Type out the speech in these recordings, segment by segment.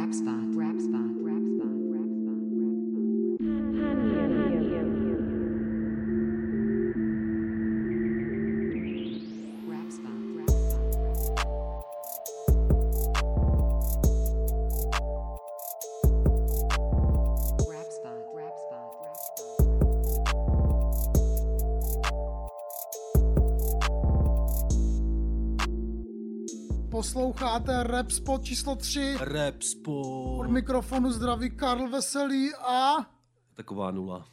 Rap spot, rap spot, rap spot, rap spot, rap spot. Rap spot, rap spot. Rap spot, rap spot, rap spot. Posloucháte Rap Spot číslo 3. Rap Spot. Od mikrofonu zdraví Karl Veselý a Taková nula.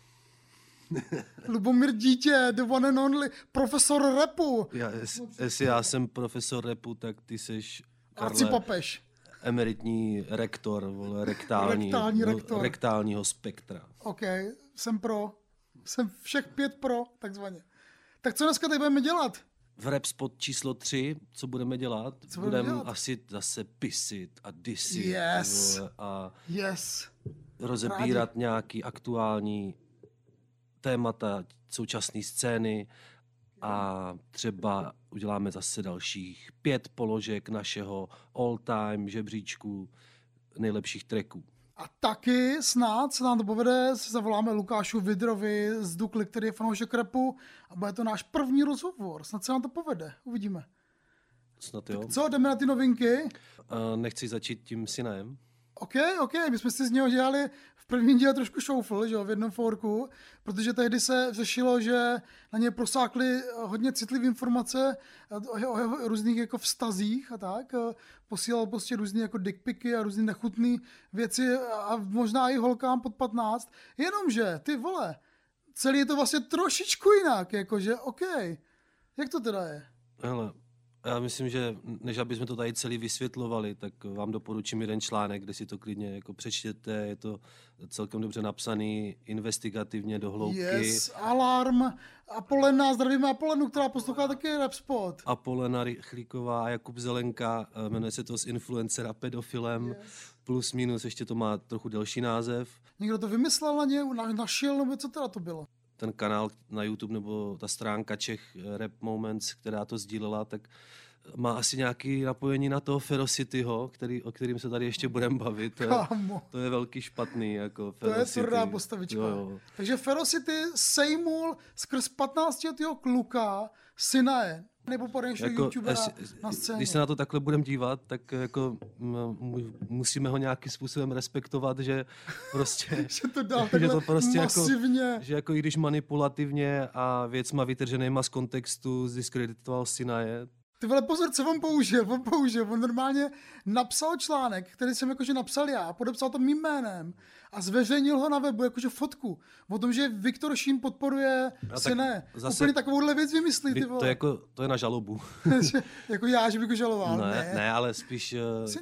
Lubomír Dítě, the one and only, profesor rapu. Jestli já jsem profesor rapu, tak ty seš, Karle, Arcipapež. emeritní rektor, vole, Rektální rektor. rektálního spektra. OK, jsem pro. Jsem všech 5 pro, takzvaně. Tak co dneska tady budeme dělat? V Rap Spot číslo 3, co budeme dělat? Budeme asi zase pisit a disit. Yes. Vole, a Yes. rozebírat nějaký aktuální témata současné scény a třeba uděláme zase dalších 5 položek našeho all-time žebříčku nejlepších tracků. A taky snad se nám to povede, si zavoláme Lukášu Vidrovi z Dukly, který je fanoušek rapu a bude to náš první rozhovor. Snad se nám to povede, uvidíme. Snad jo. Co, jdeme na ty novinky? Nechci začít tím synem. OK, my jsme si z něho dělali v prvním díle trošku šoufl, že jo, v jednom forku, protože tehdy se řešilo, že na ně prosákly hodně citlivé informace o jeho různých jako vztazích a tak. Posílal prostě různé jako dickpiky a různé nechutné věci a možná i holkám pod 15. Jenomže, ty vole, celý je to vlastně trošičku jinak, jakože OK. Jak to teda je? Hele, já myslím, že než aby jsme to tady celý vysvětlovali, tak vám doporučím jeden článek, kde si to klidně jako přečtěte, je to celkem dobře napsaný, investigativně do hloubky. Yes, Alarm, Apolena, zdravíme Apolenu, která poslouchá taky Rap Spot. Apolena Rychlíková a Jakub Zelenka, jmenuje se to s influencera pedofilem, Yes. plus minus, ještě to má trochu delší název. Někdo to vymyslel na ně, našel, nebo co teda to bylo? Ten kanál na YouTube nebo ta stránka Czech Rap Moments, která to sdílela, tak má asi nějaké napojení na toho Ferocityho, o kterým se tady ještě budeme bavit. Kámo. To je velký špatný. Jako To je Ferocity. tvrdá postavička. Jo. Takže Ferocity sejmul skrz 15letého kluka syna nejpopulárnějšího youtubera na scéně. Když se na to takhle budeme dívat, tak jako musíme ho nějakým způsobem respektovat, že prostě... že to dá že to prostě masivně. jako, že jako i když manipulativně a věcma vytrženýma z kontextu zdiskreditoval Sinaje. Ty vole, pozor, co on použil. On normálně napsal článek, který jsem jakože napsal já, podepsal to mým jménem a zveřejnil ho na webu, jakože fotku. O tom, že Viktor Šín podporuje Siné. Úplně takovouhle věc vymyslí, ty vole. To je na žalobu. Jako já, že bych ho žaloval. Ne, ale spíš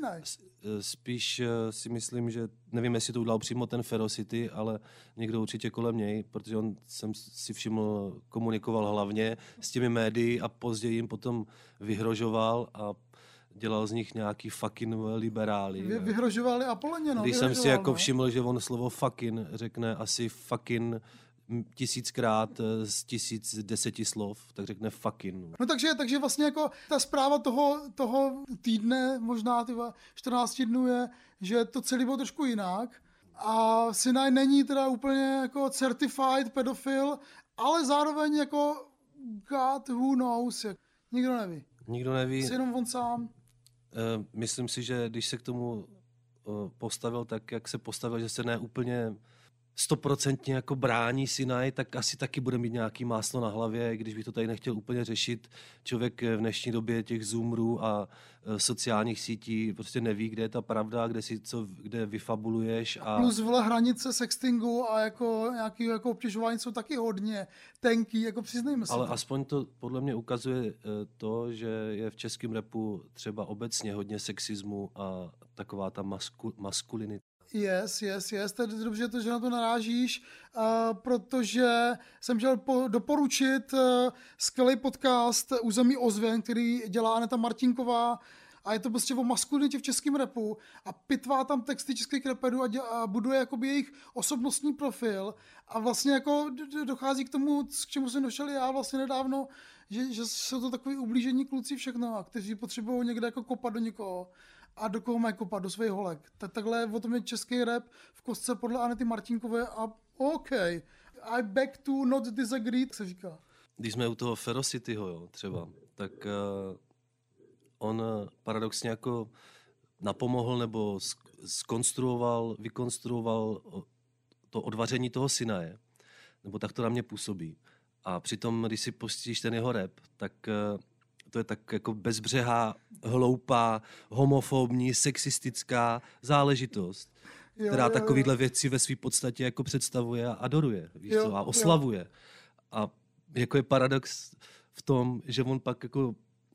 si myslím, že nevím, jestli to udělal přímo ten Ferocity, ale někdo určitě kolem něj, protože on, jsem si všiml, komunikoval hlavně s těmi médii a později jim potom vyhrožoval a dělal z nich nějaký fucking liberály. Vyhrožovali Apoleně, no. Když jsem si jako všiml, že on slovo fucking řekne asi fucking 1000krát z 1010 slov, tak řekne fucking. No takže vlastně jako ta zpráva toho týdne, možná 14 dnů je, že to celé bylo trošku jinak a Sinaj není teda úplně jako certified pedofil, ale zároveň jako God who knows, nikdo neví. Nikdo neví. Jsi jenom on sám. Myslím si, že když se k tomu postavil tak, jak se postavil, že se ne úplně 100% jako brání Sinaj, tak asi taky bude mít nějaký máslo na hlavě, když bych to tady nechtěl úplně řešit. Člověk v dnešní době těch Zoomrů a sociálních sítí prostě neví, kde je ta pravda, kde vyfabuluješ. A plus vle hranice sextingu a jako nějaký jako obtěžování jsou taky hodně tenký, jako přiznejme si. Ale aspoň to podle mě ukazuje to, že je v českém rapu třeba obecně hodně sexismu a taková ta maskulinita. Yes, to je dobře, že na to narážíš, protože jsem chtěl doporučit skvělý podcast Území ozvěn, který dělá Aneta Martinková a je to prostě o maskulinitě v českém rapu a pitvá tam texty českých raperů a buduje jakoby jejich osobnostní profil a vlastně jako dochází k tomu, k čemu jsem došel já vlastně nedávno, že jsou to takový ublížení kluci všechno, kteří potřebují někde jako kopat do někoho. a do koho mají kopat, do svých holek. Takhle o tom je český rap v kostce podle Anety Martinkové a OK. I beg to not disagree, se říká. Když jsme u toho Ferocityho, jo, třeba, tak on paradoxně jako napomohl nebo vykonstruoval to odvaření toho Sinaje, nebo tak to na mě působí. A přitom, když si pustíš ten jeho rap, tak to je tak jako bezbřehá, hloupá, homofobní, sexistická záležitost, která takovýhle věci ve své podstatě jako představuje a adoruje, víš co, a oslavuje. A jako je paradox v tom, že on pak jako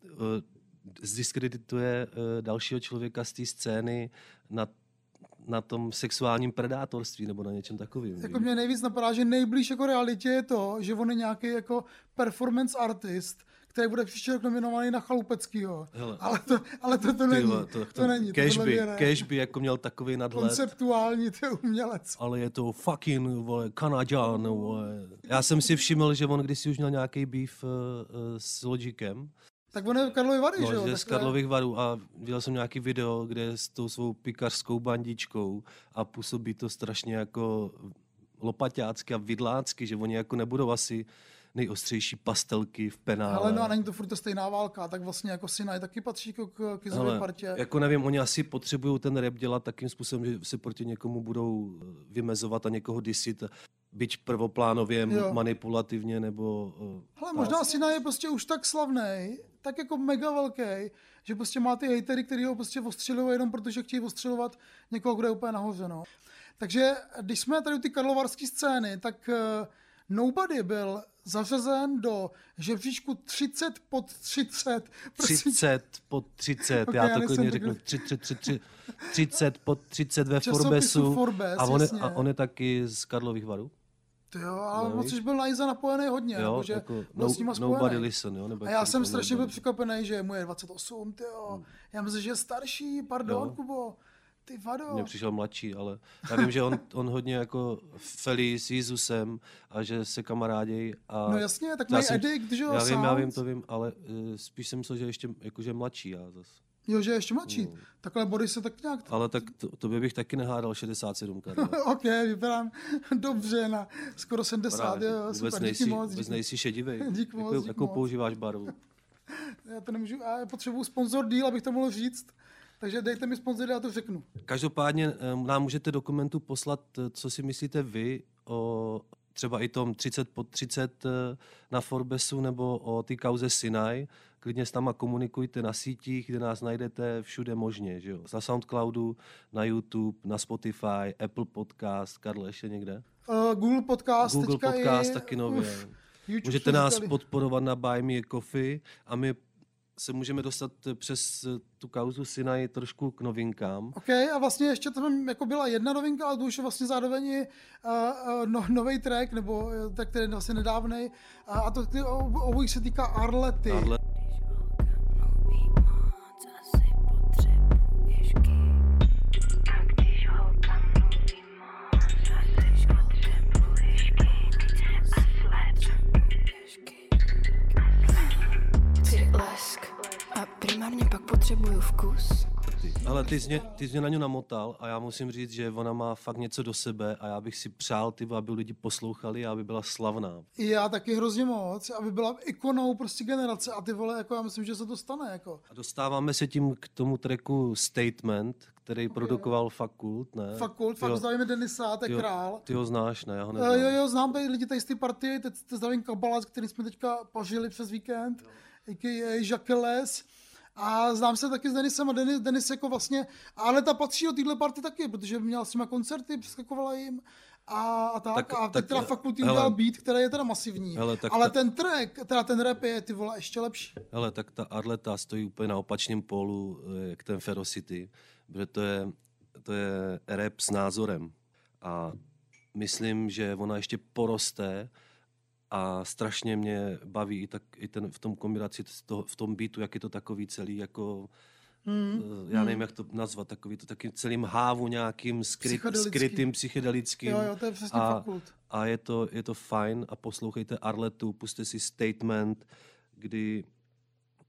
zdiskredituje dalšího člověka z té scény na tom sexuálním predátorství nebo na něčem takovým. Jako mě nejvíc napadá, že nejblíž jako realitě je to, že on je nějaký jako performance artist, který bude příští rok nominovaný na Chalupeckýho. Ale to není. To není. Cash by jako měl takový nadhled. Konceptuální, to je umělec. Ale je to fucking, vole, Kanaďan, vole. Já jsem si všiml, že on kdysi už měl nějaký beef s Logicem. Tak on je Karlovy Vary, no, že jo? Z Karlových Varů a viděl jsem nějaký video, kde je s tou svou pikařskou bandičkou a působí to strašně jako lopaťácky a vidlácky, že oni jako nebudou asi nejostřejší pastelky v penále. Ale no a není to furt stejná válka, tak vlastně jako Sinaj taky patří k Izové partě. Jako nevím, oni asi potřebují ten rap dělat takým způsobem, že se proti někomu budou vymezovat a někoho disit, byť prvoplánově, manipulativně, nebo... Ale možná Sinaj je prostě už tak slavnej, tak jako mega velký, že prostě má ty hejtery, který ho prostě ostřelují jenom protože chtějí ostřelovat někoho, kdo je úplně nahoře, no. Takže když jsme tady u ty karlovarské scény, tak Nobody byl zařazen do žebříčku 30 pod 30. 30 pod 30, okay, já to klidně řeknu 30 pod 30 ve Forbesu. Forbes, a on je taky z Karlových Varů? To jo, ale moc už byl na Iza napojený hodně, jo, že jako byl s nima spojený. Nobody listen, jo? Nebo a já jsem strašně byl překvapený, že mu je 28, tyjo. Já myslím, že je starší, pardon, Kubo. Ty vado. Mně přišel mladší, ale já vím, že on hodně jako felí s Jezusem a že se kamarádějí. A no jasně, tak mají edikt, že jo, já vím, ale spíš jsem myslel, že ještě jakože mladší já zase. Jo, že je ještě mladší. Takhle body se tak nějak... Ale tak to bych taky nehádal 67 krát. OK, vypadám dobře na skoro 70. Jo, super, vůbec nejsi šedivej. Díky moc. Jakou používáš barvu? Já to nemůžu, já potřebuji sponzor deal, abych to mohl říct. Takže dejte mi sponzory, já to řeknu. Každopádně nám můžete dokumentu poslat, co si myslíte vy o třeba i tom 30 pod 30 na Forbesu nebo o té kauze Sinaj. Klidně s náma komunikujte na sítích, kde nás najdete všude možně. Že jo? Na Soundcloudu, na YouTube, na Spotify, Apple Podcast, Karle, ještě někde? Google Podcast. Google Podcast taky nově. Můžete nás podporovat na Buy Me a Coffee a my se můžeme dostat přes tu kauzu Sinaj trošku k novinkám. OK, a vlastně ještě tam jako byla jedna novinka, ale to už je vlastně zároveň nový track, nebo tak, který je vlastně nedávnej. A to obojí se týká Arlety. Primárně pak potřebuju vkus. Ale ty jsi mě na ňu namotal a já musím říct, že ona má fakt něco do sebe a já bych si přál, aby lidi poslouchali a aby byla slavná. I já taky hrozně moc, aby byla ikonou prostě generace a ty vole, jako já myslím, že se to stane. Jako. A dostáváme se tím k tomu tracku Statement, který produkoval Fakult, ne? Fakult, fakt zdravíme Denisa, to je král. Ty ho znáš, ne? Já ho neznám. Jo, znám tady lidi tady z té party, teď zdravím Kabala, který jsme teďka pažili přes víkend, a.k.a. Jacques. A znám se taky s Denisem a Denis jako vlastně, ale ta patří do téhle party taky, protože měla s těma koncerty, přeskakovala jim a tak. A teď teda Fakult jim dělal beat, který je teda masivní. Hele, ale ten track, teda ten rap je ty vole ještě lepší. Hele, tak ta Arleta stojí úplně na opačném pólu jak ten Ferocity, protože to je rap s názorem. A myslím, že ona ještě poroste a strašně mě baví i ten v tom kombinaci v tom beatu, jak je to takový celý jako já nevím, jak to nazvat, takový to taky celým hávu nějakým skrytým psychedelickým. Jo, to je přesně Fakult. A je to fajn a poslouchejte Arletu, puste si Statement, kdy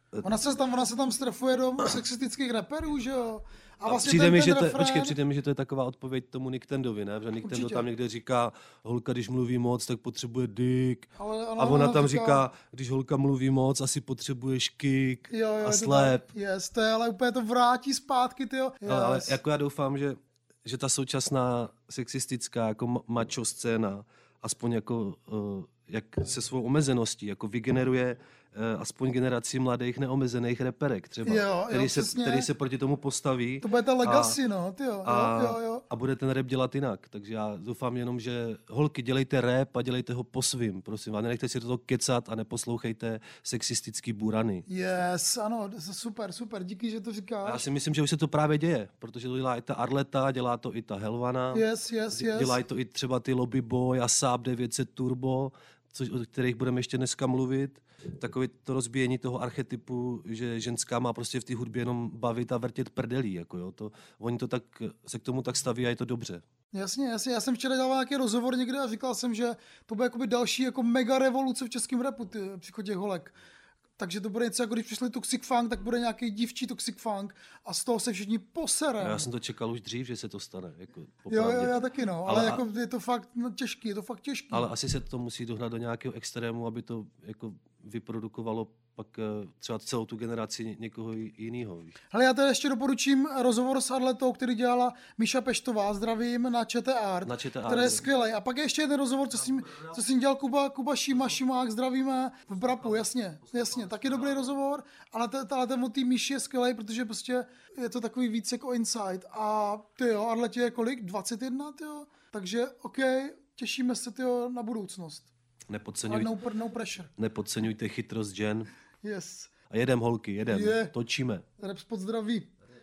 Ona se tam strefuje do sexistických raperů, že jo? A vlastně Přijde mi, že to, refrén... přijde mi, že to je taková odpověď tomu Nick Tendovi, ne? Že Nick Tendo Určitě. tam někde říká, holka, když mluví moc, tak potřebuje dick. Ale A ona tam říká, když holka mluví moc, asi potřebuješ kick jo, a je to slap. tak. Yes, to je, ale úplně to vrátí zpátky, tyjo. Yes. Ale jako já doufám, že ta současná sexistická jako macho scéna aspoň jako jak se svou omezeností jako vygeneruje aspoň generaci mladých neomezených reperek třeba, Jo, který se proti tomu postaví. To bude ta legacy, no, tyjo. Jo. A bude ten rap dělat jinak. Takže já doufám jenom, že holky, dělejte rap a dělejte ho po svým, prosím. A nenechte si to kecat a neposlouchejte sexistický burany. Yes, ano, super, díky, že to A říkáš. já si myslím, že už se to právě děje, protože to dělá i ta Arleta, dělá to i ta Helvana, Yes. dělají to i třeba ty Lobby Boy a Saab 900 Turbo, o kterých budeme ještě dneska mluvit. Takové to rozbíjení toho archetypu, že ženská má prostě v té hudbě jenom bavit a vrtět prdelí. Jako jo. Oni to tak, se k tomu tak staví a je to dobře. Jasně. Já jsem včera dělal nějaký rozhovor někde a říkal jsem, že to bude jakoby další jako mega revoluce v českém rapu, příchod těch holek. Takže to bude něco jako když přišli Toxic Funk, tak bude nějaký dívčí Toxic Funk a z toho se všichni posere. Já jsem to čekal už dřív, že se to stane. Jako, jo, já taky no, ale jako je to fakt těžký, těžký. Ale asi se to musí dohnat do nějakého extrému, aby to jako vyprodukovalo pak třeba celou tu generaci někoho jiného. Hele, já tady ještě doporučím rozhovor s Arletou, který dělala Míša Peštová, zdravím, na ČT Art, který je skvělý. A pak je ještě jeden rozhovor, co s ním dělal Kuba Šimák, zdravíme v Brapu, jasně, taky dobrý rozhovor, ale ten od té Míši je skvělý, protože prostě je to takový víc jako insight. A tyjo, Arletě je kolik? 21, tyjo? Takže OK, těšíme se tyjo na budoucnost. No pressure. Nepodceňujte chytrost žen. Yes. A jedem holky, točíme. Rapspot zdraví.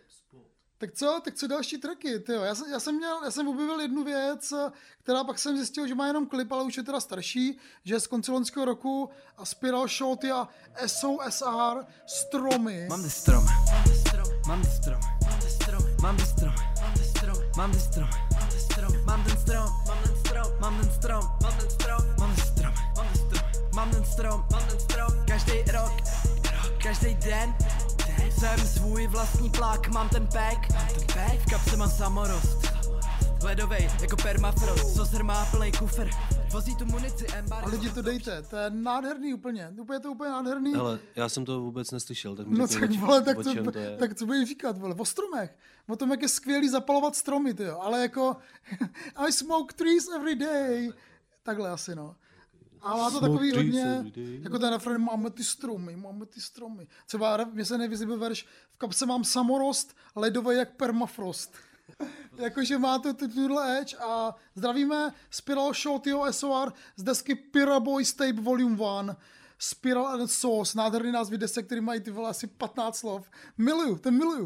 Tak co další tracky, tyjo? Já jsem objevil jednu věc, která pak jsem zjistil, že má jenom klip, ale už je teda starší, že je z konce loňského roku a Spiral Shorty a SOSR Stromy. Mám ty stromy, mám ty stromy, mám ty stromy, mám ty stromy, mám ten strom, mám ten strom, mám ten strom, mám ten strom, mám ten strom, každý rok, každý den, jsem svůj vlastní plák, mám ten pack, v kapse mám samorost, ledovej jako permafrost, soser má plnej kufr, vozí tu munici embargo. A lidi to dejte, to je nádherný úplně nádherný. Hele, já jsem to vůbec neslyšel, tak mi No řekni, tak vole, tak co budeš říkat, vole, o stromech, o tom, jak je skvělý zapalovat stromy, tyjo, ale jako I smoke trees every day, takhle asi, no. A má to takový hodně, jako ten refrén, máme ty stromy. Třeba mě se nevyzývá verš, v kapse mám samorost, ledový jak permafrost. Jakože má to tuhle edge a zdravíme Spiral Shortyho SOR z desky Pira Boys Tape Volume 1. Spiral and Sauce, nádherný názvy desek, který mají ty vole asi 15 slov. Miluju.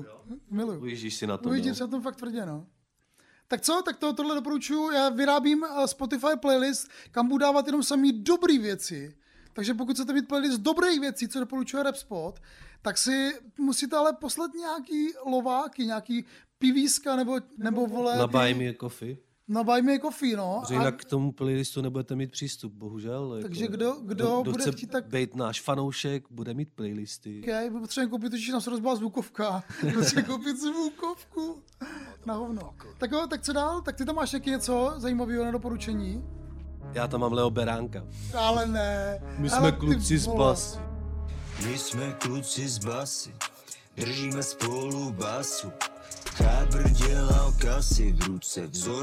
Ujíždíš si na tom. Ujíždím se na tom fakt tvrdě, no. Tak co? Tak tohle doporučuju. Já vyrábím Spotify playlist, kam budu dávat jenom samý dobrý věci. Takže pokud chcete mít playlist dobrých věcí, co doporučuje Rapspot, tak si musíte ale poslat nějaký lováky, nějaký pivíska nebo vole... Na Buy Me a Coffee. Na Buy Me a Coffee, no. Protože jinak k tomu playlistu nebudete mít přístup, bohužel. Takže jako, kdo bude chce chtít, tak... být náš fanoušek, bude mít playlisty. Okay, potřebujeme koupit, protože nám se rozbila zvukovka. Potřebujeme koupit zvukovku. Na hovno. Tak co dál? Tak ty tam máš nějaký něco zajímavého na doporučení? Já tam mám Leo Beránka. Ale ne. My jsme kluci z basy. My jsme kluci z basy, držíme spolu basu. Chábr dělal kasy, v ruce vzor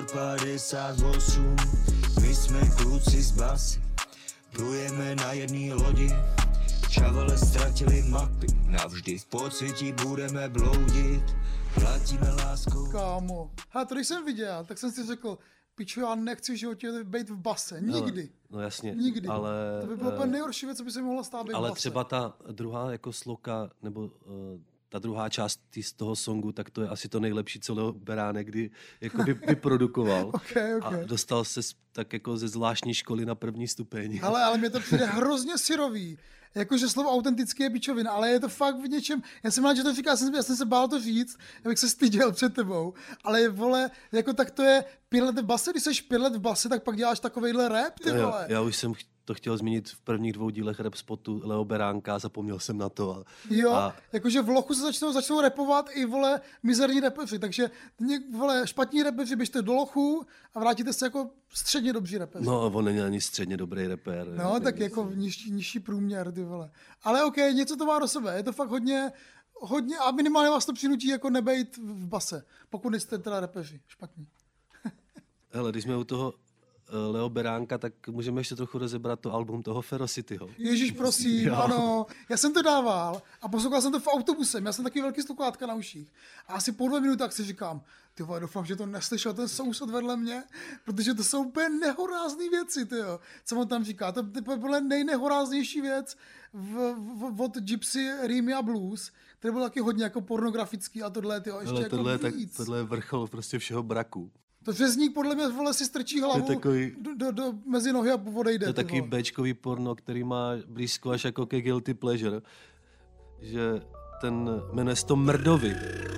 58. My jsme kluci z basy, plujeme na jedné lodi. Čavele ztratili mapy, navždy v pocití budeme bloudit. Platíme láskou. Kámo, hele, to když jsem viděl, tak jsem si řekl, piču, já nechci v životě být v base, nikdy. No jasně, Nikdy. ale... To by bylo úplně nejhorší věc, co by se mohla stát být v Ale base. třeba ta druhá jako sloka, nebo ta druhá část z toho songu, tak to je asi to nejlepší, co Leo Beránek kdy jako vyprodukoval. Okay. A dostal se tak jako ze zvláštní školy na první stupeň. Ale mě to přijde hrozně syrový. Jakože slovo autentický je pičovina, ale je to fakt v něčem, já jsem rád, že to říká, já jsem se bál to říct, abych se styděl před tebou, ale vole, jako tak to je 5 let v base, když seš 5 let v base, tak pak děláš takovejhle rap, ty vole. Já už jsem to chtěl zmínit v prvních 2 dílech Rap Spotu Leo Beránka, zapomněl jsem na to. Jo, jakože v lochu se začnou rapovat i, vole, mizerní rapeři, takže vole, špatní rapeři běžte do lochu a vrátíte se jako středně dobří rapeři. No, on není ani středně dobrý rapper. No, tak jako nižší průměr, ty vole. Ale okej, něco to má do sebe, je to fakt hodně a minimálně vás to přinutí jako nebejt v base, pokud nejste teda rapeři, špatní. Hele, když jsme u toho Leo Beránka, tak můžeme ještě trochu rozebrat to album toho Ferocityho. Ježíš, prosím, ano. Já jsem to dával a poslouchal jsem to v autobuse. Já jsem taky velký sluchátka na uších. A asi po 2 minutách si říkám, ty vole, doufám, že to neslyšel ten soused vedle mě, protože to jsou úplně nehorázný věci, tyjo. Co on tam říká? To je podle nejnehoráznější věc od Gypsy, Rimy a Blues, který byl taky hodně jako pornografický a tohle, tyjo, ještě jako víc. Tohle je vrchol prostě všeho braku. To řezník podle mě, vole, si strčí hlavu do mezi nohy a odejde. To je taky béčkový porno, který má blízko až jako ke guilty pleasure, že ten jmenuje se to Mrdovi.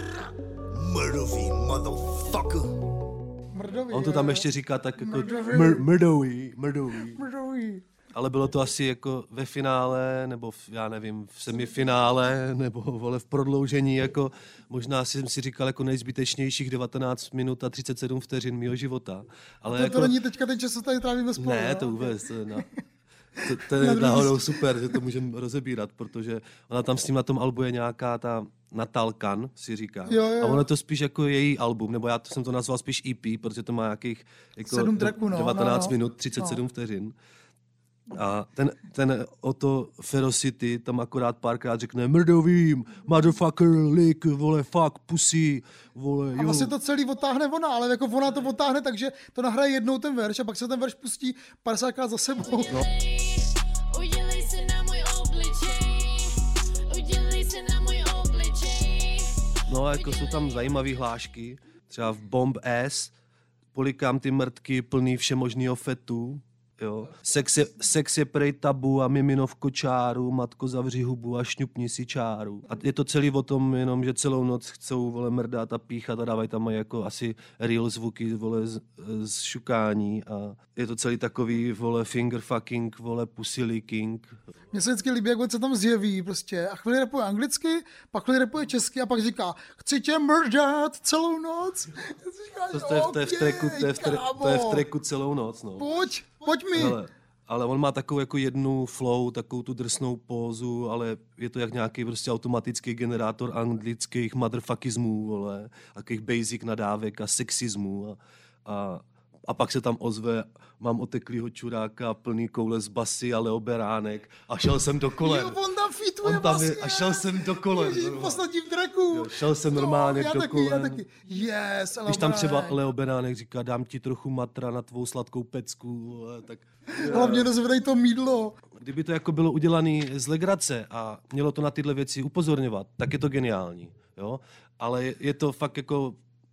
Mrdový motherfucker. Mrdový, On to tam ještě říká tak jako Mrdový. Ale bylo to asi jako ve finále, nebo já nevím, v semifinále, nebo vole v prodloužení, jako možná jsem si říkal jako nejzbytečnějších 19 minut a 37 vteřin mýho života. Ale to, jako... to není teďka ten čas, co tady trávíme spolu. Ne, to vůbec. To je náhodou super, že to můžeme rozebírat, protože ona tam s tím na tom albu je nějaká ta Natalkan, si říká. Jo. A ono to spíš jako její album, nebo já jsem to nazval spíš EP, protože to má nějakých jako 7 tracků, 19 minut, 37 vteřin. A ten Otto Ferocity tam akorát párkrát řekne Mrdovým, motherfucker, lick, vole, fuck, pussy, vole, jo. A vlastně to celý odtáhne ona, ale jako ona to odtáhne, takže to nahraje jednou ten verš a pak se ten verš pustí 50krát za sebou. No. Udělej se na můj obličej, udělej se na můj obličej. No a jako jsou tam zajímavé hlášky, třeba v Bomb Ass, polikám ty mrtky plný všemožnýho fetu, jo. Sex je prej tabu a mimino v kočáru, matko zavři hubu a šňupni si čáru. A je to celý o tom jenom, že celou noc chcou, vole, mrdat a píchat a dávají tam jako asi real zvuky, vole, z šukání a je to celý takový, vole, finger fucking, vole, pussy licking. Mně se vždycky líbí, jak on se tam zjeví prostě a chvíli rapuje anglicky, pak chvíli rapuje česky a pak říká, chci tě mrdat celou noc. To je v tracku celou noc, no. Pojď mi. Ale on má takovou jako jednu flow, takovou tu drsnou pózu, ale je to jak nějaký prostě automatický generátor anglických motherfuckismů, vole, takových basic nadávek a sexismů a pak se tam ozve, mám oteklýho čuráka, plný koule z basy a Leo Beránek a šel jsem do kolen. Jo, on tam featuje vlastně. A šel jsem do kolen. V posledním tracku. Jo, šel jsem normálně do kolen. Já taky. Yes, Leo Když tam třeba Beránek. Leo Beránek říká, dám ti trochu matra na tvou sladkou pecku, tak... Hlavně rozvedej to mýdlo. Kdyby to jako bylo udělané z legrace a mělo to na tyhle věci upozorňovat, tak je to geniální, jo? Ale je to fakt jako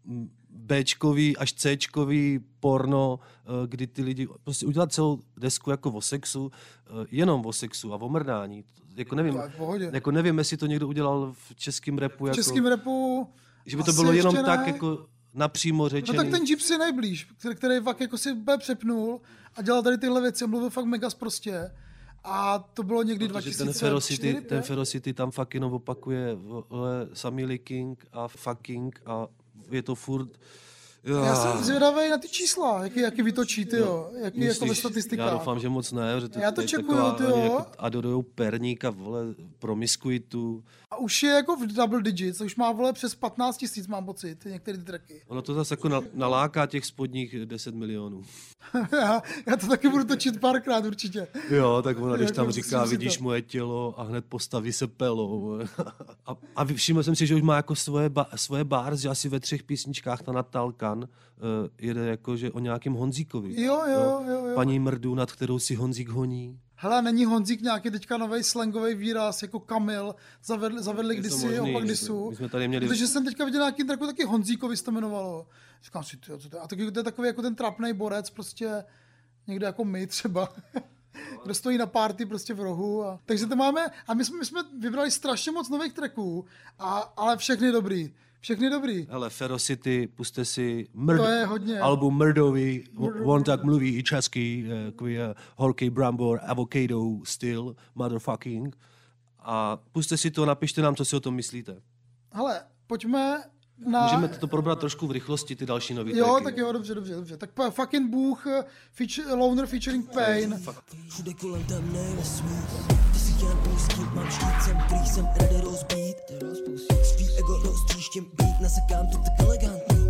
Bčkový až Cčkový porno, kdy ty lidi prostě udělat celou desku jako o sexu, jenom o sexu a o mrdání. Jako nevím, jestli to někdo udělal v českém rapu. V českém rapu že by to bylo jenom tak jako napřímo řečený. No tak ten Gypsy nejblíž, který fakt jako si přepnul a dělal tady tyhle věci a mluvil fakt mega sprostě. A to bylo někdy 2004. Ten Ferocity tam fakt jenom opakuje samý licking a fucking a je to furt... Já jsem zvědavý na ty čísla, jaký vytočí, tyjo, jaký jako ve statistikách. Já doufám, že moc ne, že já to čekuju, tyjo. Jako adorujou perníka, vole, promiskuitu. A už je jako v double digits, už má, vole, přes 15 000, mám pocit, některé ty tracky. Ono to zase jako naláká těch spodních 10 milionů. já to taky budu točit párkrát určitě. Jo, tak ona, když tam jako říká, vidíš moje tělo a hned postaví se pelou. A všiml jsem si, že už má jako svoje bars, že asi ve 3 písničkách ta Natalkan jede jako, že o nějakém Honzíkovi. Jo. Paní mrdu, nad kterou si Honzík honí. Hele, není Honzík nějaký teďka novej slangový výraz, jako Kamil, zavedli kdysi, opak kdysu. Protože jsem teďka viděl nějaký tracku, taky Honzíkovi se to jmenovalo. Říkám si, co to je? A taky to je takový jako ten trapnej borec, prostě někde jako my třeba. Kdo stojí na party prostě v rohu. Takže to máme, a my jsme vybrali strašně moc nových tracků, ale všechny dobrý. Všechny dobrý. Hele, Ferocity, puste si To je hodně. album Mrdový, on tak mluví i česky, takový horký brambor, avocado styl, motherfucking. A puste si to, napište nám, co si o tom myslíte. Hele, pojďme na... Můžeme to probrat trošku v rychlosti, ty další nový Jo, tracky. tak jo, dobře. Tak fucking Bůh, Loner featuring Pain. Všude kolem temnej vesmír. Ty si jen úzký, mám štít, jsem prý, jsem ready rozbít. Svý ego roztříštím, být nasekám to tak elegantní.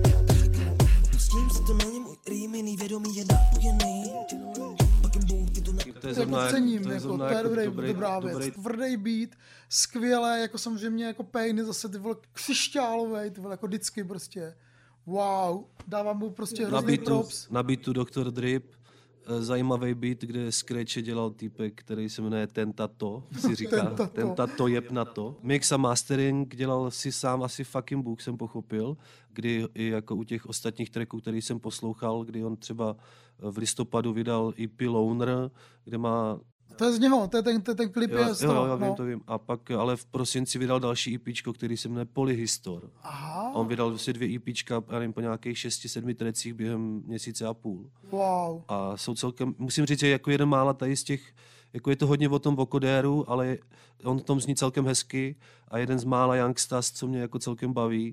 Opustím se, to není můj rým, jiný vědomí je napojený. Fucking Bůh, ty to na... To je Jako zrovna, cením, to je jako, zrovna to je jako dobrá věc. Tvrdý beat, skvělé, jako samozřejmě jako Pain je zase ty vole křišťálovej, ty vole jako vždycky prostě. Wow, dávám mu prostě hrozný props. Na beatu Dr. Drip, zajímavý beat, kde Scratche dělal týpek, který se jmenuje Tentato, si říká. Tentato jeb na to. Mix a mastering dělal si sám asi fucking Bůh, jsem pochopil, kdy i jako u těch ostatních tracků, který jsem poslouchal, kdy on třeba v listopadu vydal EP Loner, kde má... To je z něho, to je ten klip je z toho. Jo, to vím. A pak ale v prosinci vydal další EPčko, který se jmenuje Polyhistor. Aha. A on vydal vlastně 2 EPčka, já nevím, po nějakých 6-7 trecích během měsíce a půl. Wow. A jsou celkem, musím říct, že jako jeden mála tady z těch, jako je to hodně o tom vokodéru, ale on v tom zní celkem hezky a jeden z mála Youngstas, co mě jako celkem baví,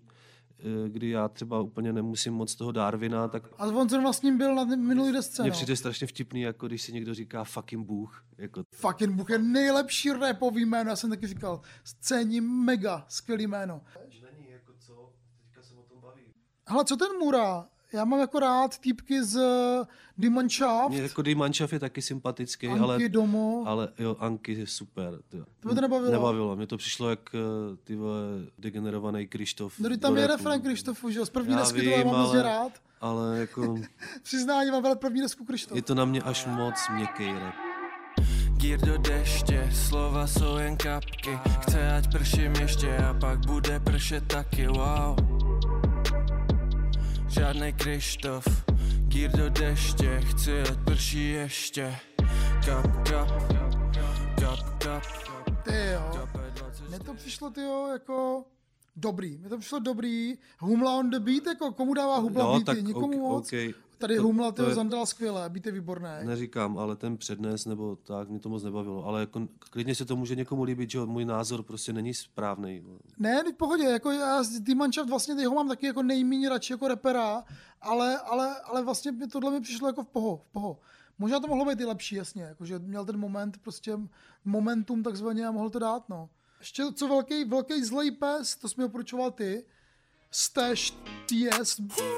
kdy já třeba úplně nemusím moc toho Darwina, tak A on zrovna s ním byl na minulý desce, mně no. přijde strašně vtipný, jako když si někdo říká fucking Bůh. Jako... Fucking Bůh je nejlepší rapový jméno, já jsem taky říkal. Scéní mega skvělý jméno. Není jako co, teďka se o tom baví. Hele, co ten Mura? Já mám jako rád týpky z Die Mannschaft. Mě jako Die Mannschaft je taky sympatický, Anky Domo. ale jo, Anky je super. To by to nebavilo? Nebavilo, mě to přišlo jak ty vole degenerovaný Krištof. No, tam do je rapu. refrén Krištofu, že jo? Z první Já desky to vím, já mám hrozně rád. Ale jako Přiznání, mám rád první desku Krištof. je to na mě až moc měkký rap. Gír do deště, slova jsou jen kapky. Chce ať prším ještě a pak bude pršet taky, wow. Žádnej Krištof, gír do deště, chci ať prší ještě. Kap, kap, kap, kap. Ty jo. Mně to přišlo, tyjo, jako dobrý. Mně to přišlo dobrý. Humla on the beat, jako komu dává Humla Jo, beaty? tak Nikomu moc. okay. Tady To- Humla, to tyjo, je- Zandala skvělé, beat je výborný. Neříkám, ale ten přednes nebo tak, mě to moc nebavilo. Ale jako, klidně se to může někomu líbit, že jo, můj názor prostě není správný. Ne, v pohodě, jako já z Die Mannschaft vlastně jeho mám taky jako nejméně radši jako rapera, ale vlastně tohle mi přišlo jako v poho. Možná to mohlo být i lepší, jasně, jakože měl ten moment, prostě momentum takzvaně a mohl to dát, no. Ještě co velký zlej pes, to jsi mi doporučoval ty, Stash TS,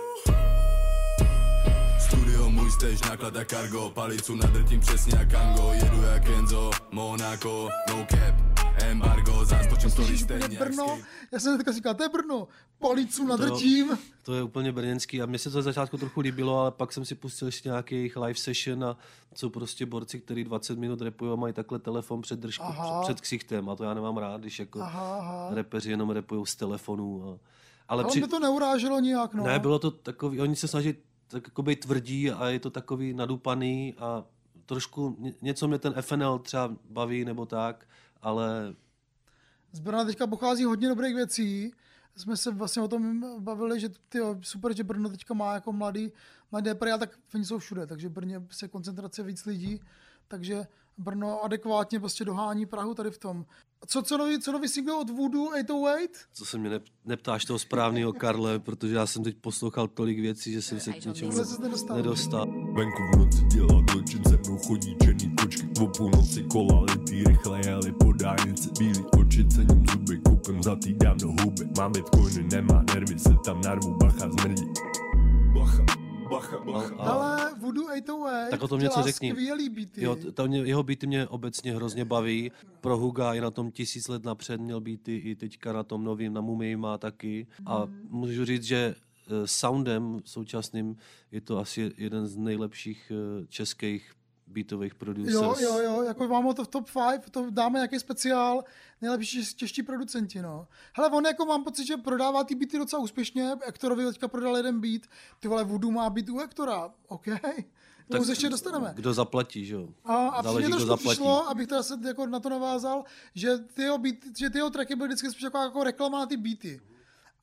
Studio můj stage, náklad a cargo, palicu nadrtím přesně jak Kango, jedu jak Enzo, Monaco, no cap, embargo, zástočím story stejně jak Brno, skate. já jsem teďka říkal, to je Brno, palicu nadrtím. To je úplně brněnský a mně se to za začátku trochu líbilo, ale pak jsem si pustil ještě nějaký jejich live session a jsou prostě borci, kteří 20 minut rapují a mají takhle telefon před držkou, Aha. před ksichtem a to já nemám rád, když jako Aha. rapeři jenom rapují z telefonů. Ale Ale mě to neuráželo nijak, no. Ne, bylo to takový, oni se snaží tak jako být tvrdí a je to takový nadupaný a trošku něco mě ten FNL třeba baví nebo tak, ale Z Brna teďka pochází hodně dobrých věcí. Jsme se vlastně o tom bavili, že tyjo, super, že Brno teďka má jako mladý repery, ale tak oni jsou všude, takže v Brně se koncentrace víc lidí, takže Brno adekvátně prostě dohání Prahu tady v tom. Co nový single od Voodoo 808? co se mě neptáš toho správného Karle, protože já jsem teď poslouchal tolik věcí, že jsem se k něčemu Tohle ses nedostal. nedostal. Venku v noci dělá zločin, se mnou chodí černý kočky, o půlnoci kola letý, rychle jeli po dálnici, bílý oči, cením zuby, koupím zlatý, dám do huby, mám bitcoiny, nemá nervy, se tam narvu, bacha zmrdí. Bacha. Ale Voodoo 808 Tak o tom dělá něco řekni. skvělý beaty. Jo, jeho beaty mě obecně hrozně baví. Pro Huga i na tom 1000 let napřed měl beaty, i teďka na tom novým, na Mumii má taky. A můžu říct, že soundem současným je to asi jeden z nejlepších českých beatových producers. Jo, jako máme to v top 5, to dáme nějaký speciál, nejlepší čeští producenti, no. Hele, on jako mám pocit, že prodává ty beaty docela úspěšně, Hektorovi teďka prodal jeden beat, ty vole, Voodoo má beat u Hektora, OK, to už ještě dostaneme. Kdo zaplatí, že jo? A Záleží, mně kdo trošku zaplatí. přišlo, abych teda se jako na to navázal, že ty jeho tracky byly vždycky spíš jako reklama na ty beaty.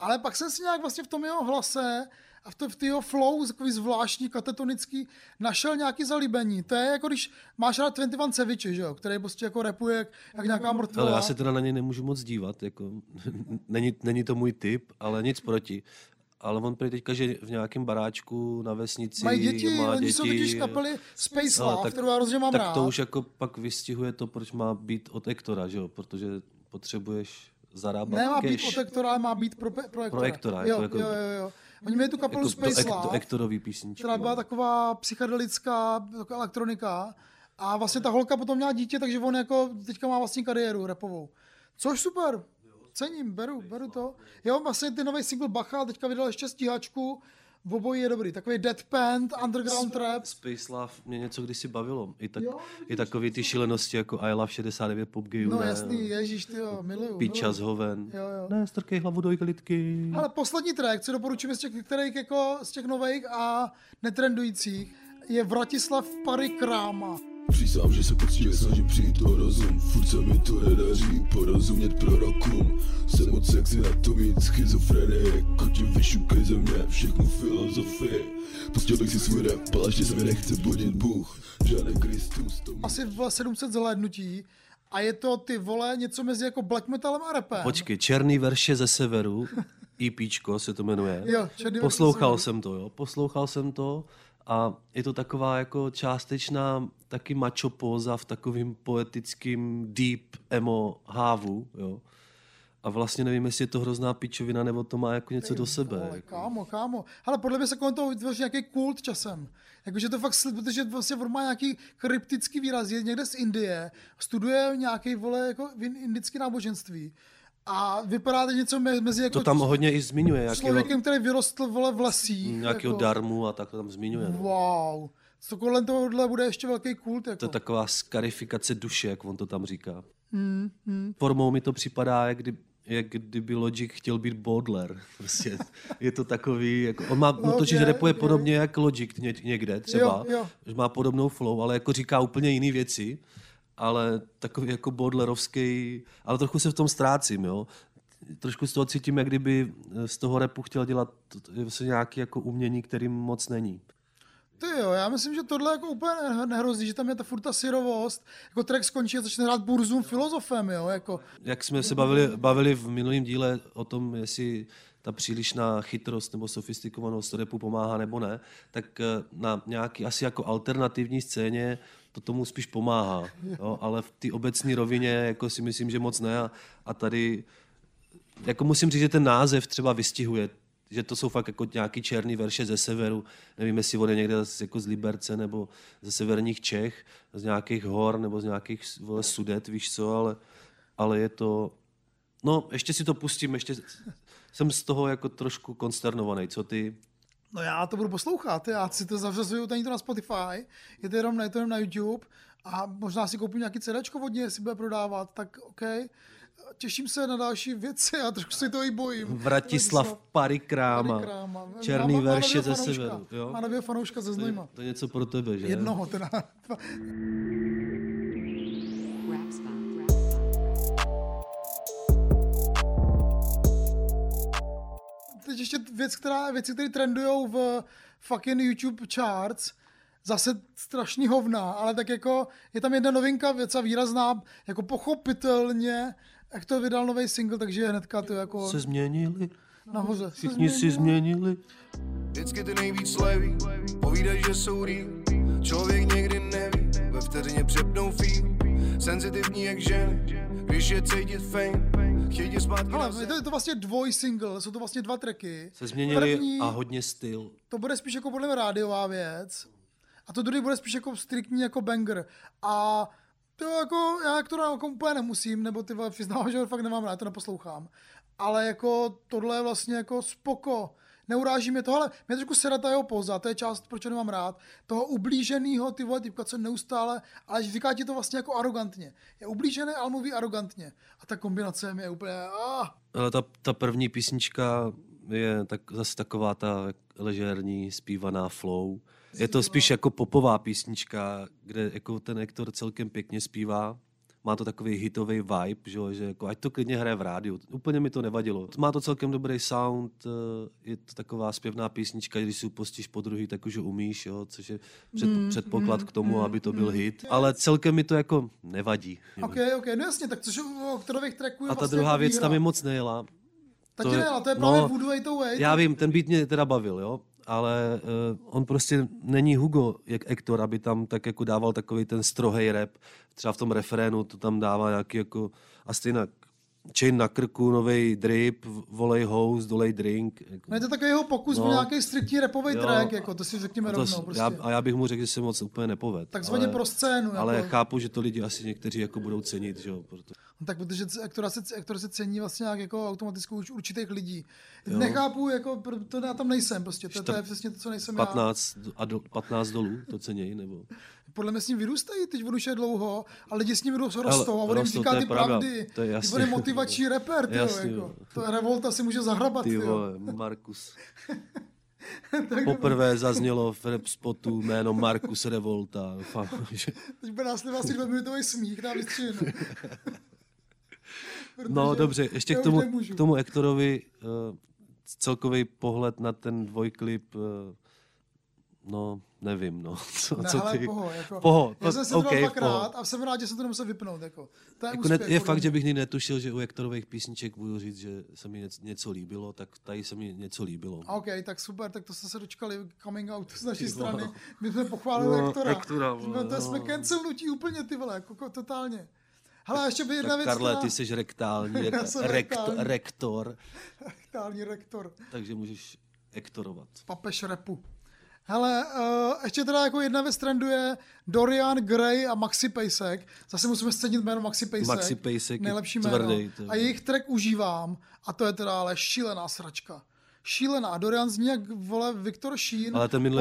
Ale pak jsem si nějak vlastně v tom jeho hlase a v té jeho flow, takový zvláštní, katatonický, našel nějaký zalíbení. To je jako když máš rád 21 Savage, že jo, který prostě jako rapuje jak nějaká mrtvola. Ale já se teda na něj nemůžu moc dívat, jako, není to můj typ, ale nic proti. Ale on prý teďka, že v nějakém baráčku na vesnici mají děti, má oni děti. jsou totiž kapely Space Ale Love, kterou já hrozně mám tak rád. to už jako pak vystihuje to, proč má být od Ektora, že jo, protože potřebuješ zarábat Nemá cash. být od Ektora, ale má být pro Ektora. Jo. Oni měli tu kapelu jako Space do Love, Ektorový písničky. která byla taková psychedelická, taková elektronika. A vlastně ta holka potom měla dítě, takže on jako teďka má vlastní kariéru rapovou. Což super. Cením, beru to. Jo, vlastně ty nový single Bacha teďka vydal ještě stíhačku. V obojí je dobrý. Takový deadpan, underground rap. Space Love mě něco kdysi bavilo. I takový ty šílenosti jako I Love 69 Pop Gayů. No jasný, ježíš, tyjo, miluju. Piča z hoven. Jo. Ne, strkej hlavu do igelitky. Ale poslední track, co doporučuji z těch nových a netrendujících, je Vratislav Parikráma. Přísám, že se poctivě snažím přijít o rozum. Furt se mi to nedaří porozumět prorokům. Jsem moc sexy na to mít schizofrenie. Koti vyšukej ze mě všechnu filozofii. Pustil bych si svůj rap, ale ještě se mi nechce budit Bůh. Žádný Kristus to Asi 700 zhlédnutí a je to ty vole něco mezi jako black metalem a rapem. Počkej, Černý verše ze severu, EPčko se to jmenuje. Jo, Černý verše Poslouchal ze severu. Poslouchal jsem to a je to taková jako částečná taky macho póza v takovým poetickým deep emo hávu, jo. A vlastně nevím, jestli je to hrozná pičovina, nebo to má jako něco do sebe. Vole, kámo. Ale podle mě se kolem toho vytvoří nějaký kult časem. Jakože to fakt, protože vlastně on má nějaký kryptický výraz, je někde z Indie, studuje nějaký vole jako indický náboženství. A vypadá to něco mezi jako To tam hodně i zmiňuje. člověkem, který vyrostl vole v lesích. Nějakého jako, darmu a tak to tam zmiňuje. No. Wow. Co kolem tohohle bude ještě velký kult. Jako. To je taková skarifikace duše, jak on to tam říká. Formou mi to připadá, jak kdyby Logic chtěl být Baudelaire. Prostě je to takový, jako, on má totiž rapuje podobně jak Logic někde třeba, Jo. že má podobnou flow, ale jako říká úplně jiné věci, ale takový jako Baudelarovský, ale trochu se v tom ztrácím, jo. Trošku z toho cítím, jak kdyby z toho rapu chtěl dělat nějaké jako umění, kterým moc není. Ty jo, já myslím, že tohle jako úplně nehrozí, že tam je ta furt ta syrovost, jako track skončí a začne hrát Burzum filozofem, jo, jako. Jak jsme se bavili v minulém díle o tom, jestli ta přílišná chytrost nebo sofistikovanost rapu pomáhá nebo ne, tak na nějaký asi jako alternativní scéně to tomu spíš pomáhá, jo, ale v té obecné rovině jako si myslím, že moc ne a tady jako musím říct, že ten název třeba vystihuje, že to jsou fakt jako nějaký černý verše ze severu, nevím, jestli on je někde jako z Liberce nebo ze severních Čech, z nějakých hor nebo z nějakých Sudet, víš co, ale je to, no ještě si to pustím, ještě jsem z toho jako trošku konsternovaný, co ty? No já to budu poslouchat, já si to zavřazuju, to není to na Spotify, je to jenom na YouTube a možná si koupím nějaký CDčko od něj, jestli bude prodávat, tak OK. Těším se na další věci a trošku se toho i bojím. Vratislav Parikráma. Černý verše ze severu. Má nového fanouška ze Znojma. To je něco pro tebe, že? Jednoho teda. Teď ještě věci, které trendujou v fucking YouTube charts, zase strašný hovna, ale tak jako je tam jedna novinka, věc výrazná, jako pochopitelně, jak to vydal nový single, takže hnedka to jako se změnili. Nahoře. Všichni si změnili. Vždycky ty nejvíc leví, povídají, že jsou real. Člověk někdy neví, ve vteřině přepnou feel. Senzitivní jak ženy, když je cítit fame. Chtějí zpátky. Ale je to vlastně single, jsou to vlastně 2 tracky. Se změnili a hodně styl. To bude spíš jako podle mě rádiová věc. A to druhý bude spíš jako striktní jako banger. A to jako, já to jako úplně nemusím, nebo ty přiznám, že fakt nemám rád, to neposlouchám. Ale jako tohle je vlastně jako spoko. Neuráží mě to, ale mě trošku sere ta jeho poza, to je část, proč ho nemám rád. Toho ublíženýho, ty vole, typka, co neustále, ale říká ti to vlastně jako arrogantně. Je ublížený, ale mluví arrogantně. A ta kombinace mi je úplně... Ale ta první písnička je zase taková ta ležérní, zpívaná flow. Je to spíš jako popová písnička, kde jako ten Ektor celkem pěkně zpívá. má to takový hitový vibe, že jako ať to klidně hraje v rádiu. Úplně mi to nevadilo. Má to celkem dobrý sound, je to taková zpěvná písnička, když si ji pustíš podruhý, tak už ho umíš, jo, což je předpoklad k tomu, aby to byl hit. Ale celkem mi to jako nevadí. OK, no jasně, tak což o kterých tracků je a ta vlastně druhá jako věc výhra. tam mi moc nejela. To je právě Voodoo 808. Já vím, ten beat mě teda bavil, jo, ale on prostě není Hugo jak Hector, aby tam tak jako dával takový ten strohej rap. Třeba v tom refrénu to tam dává nějaký jako a stejně chain na krku, novej drip, volej house, dolej drink. Jako. No je to takový jeho pokus o nějaký striktní rapový track, jako to si řekněme rovnou. Prostě. Já bych mu řekl, že se moc úplně nepoved. Takzvaně pro scénu. Ale jako. chápu, že to lidi asi někteří jako budou cenit, že jo. Proto. No tak protože Hector se cení vlastně nějak jako automaticky už určitých lidí. Jo. Nechápu, jako to já tam nejsem prostě. To je přesně to, co nejsem 15 dolů to cenějí, nebo... Podle mě s ním vyrůstají, teď on už je dlouho, a lidi s ním rostou a on jim říká ty pravda. pravdy. To je jasný. Ty bude motivační rapper, tyjo, jako. To Revolta si může zahrabat, ty vole, Markus. Poprvé zaznělo v rap spotu jméno Markus Revolta. Teď bude následovat asi 2minutový smích na vystřihnu. No dobře, ještě k tomu Hektorovi celkový pohled na ten dvojklip, no nevím, no. Co ty? Poho. Já jsem se to dvakrát a jsem rád, že jsem to nemusel vypnout. Jako. To je jako úspěch, je fakt, že bych nikdy netušil, že u Hektorových písniček budu říct, že se mi něco líbilo, tak tady se mi něco líbilo. OK, tak super, tak to jste se dočkali coming out z naší strany. My jsme pochválili Hektora. To jsme cancelnutí úplně, ty vole, jako totálně. Hele, ještě by jedna věc. Karle, ty jsi rektální rektor. Rektální rektor. Takže můžeš hektorovat. Papež rapu. Hele, ještě teda jako jedna věc trenduje Dorian Gray a Maxi Pejsek. Zase musíme scenit jméno Maxi Pejsek. Maxi Pejsek nejlepší je tvrdý. Jméno. A jejich track užívám a to je teda ale šílená sračka. Šílená. Dorian zní jak, vole, Viktor Šín. Ale ten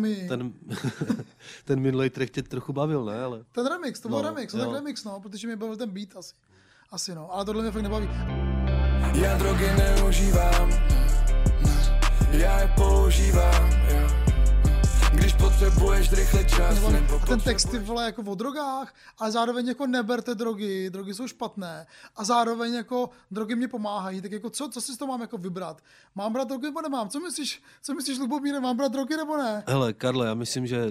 minulý track tě trochu bavil, ne? Ale... Ten remix, to byl remix, tak remix, no, protože mi bavil ten beat asi, no. Ale tohle mě fakt nebaví. Já drogy neužívám, já je používám, jo. Když potřebuješ rychle čas, a ten text ty vole jako o drogách, ale zároveň jako neberte drogy jsou špatné a zároveň jako drogy mě pomáhají, tak jako co si z toho mám jako vybrat? Mám brát drogy nebo nemám? Co myslíš Lubomíre, mám brát drogy nebo ne? Hele, Karle, já myslím, že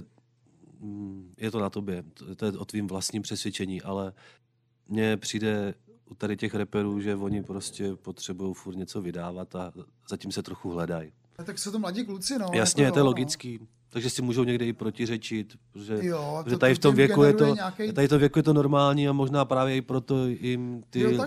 je to na tobě, to je o tvým vlastním přesvědčení, ale mně přijde u tady těch reperů, že oni prostě potřebují furt něco vydávat a zatím se trochu hledají. Tak jsou to mladí kluci, no. Jasně, jako to je logický. Takže si můžou někde i protiřečit, protože to tady v tom věku je to normální a možná právě i proto jim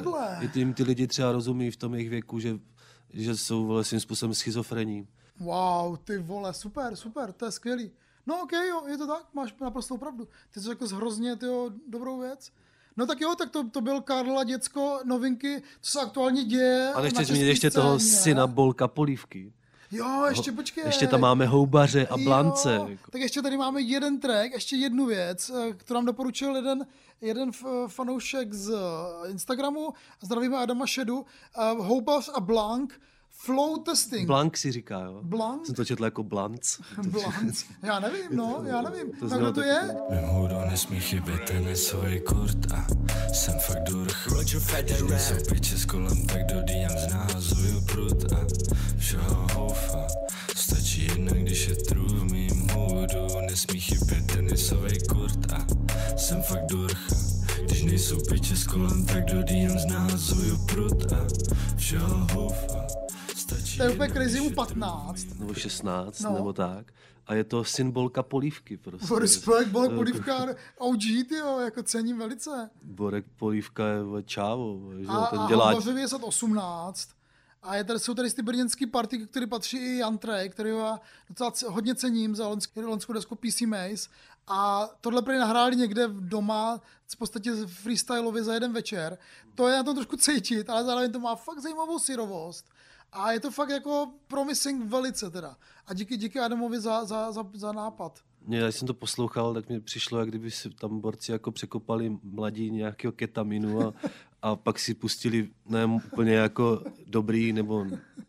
ty lidi třeba rozumí v tom jejich věku, že jsou vole svým způsobem schizofrení. Wow, ty vole, super, to je skvělý. No okej, jo, je to tak, máš naprostou pravdu. Ty jsi jako hrozně dobrou věc. No tak jo, tak to byl Karla děcko, novinky, co se aktuálně děje. Ale ještě zmínit ještě toho syna Bolka Polívky. Jo, ještě počkej. Ještě tam máme Houbaře a Blance. Jo, tak ještě tady máme jeden track, ještě jednu věc, kterou nám doporučil jeden fanoušek z Instagramu. Zdravíme Adama Šedu. Houbař a Blank. Flow testing. Blank si říká, jo? Blank? Jsem to četl jako Blanc. Blanc. Já nevím. Kdo to je? Mým hůdou nesmí chybět ten nesovej kurt a jsem fakt durch. Když nejsou piče s kolem, tak do DM znázuju prut a všeho houfa. Stačí jedna, když je trů v mým hůdu. Nesmí chybět ten nesovej kurt a jsem fakt durch. Když nejsou piče s kolem, tak do DM znázuju prut a všeho houfa. To je úplně crazy, mu 15. Nebo 16, nebo tak. A je to syn Bolka Polívky prostě. Respekt, Bolek Polívka, OG, tyjo, jako cením velice. Bolek Polívka je čávo. A Houbařovi je 18. A jsou tady ty brněnský party, který patří i Jan Trej, který já docela hodně cením za loňskou desku PC Maze. A tohle prý nahráli někde doma, v podstatě freestylově za jeden večer. To je na tom trošku cítit, ale zároveň to má fakt zajímavou syrovost. A je to fakt jako promising velice teda. A díky Adamovi za nápad. Když jsem to poslouchal, tak mi přišlo, jak kdyby si tam borci jako překopali mladí nějakého ketaminu a pak si pustili ne úplně jako dobrý nebo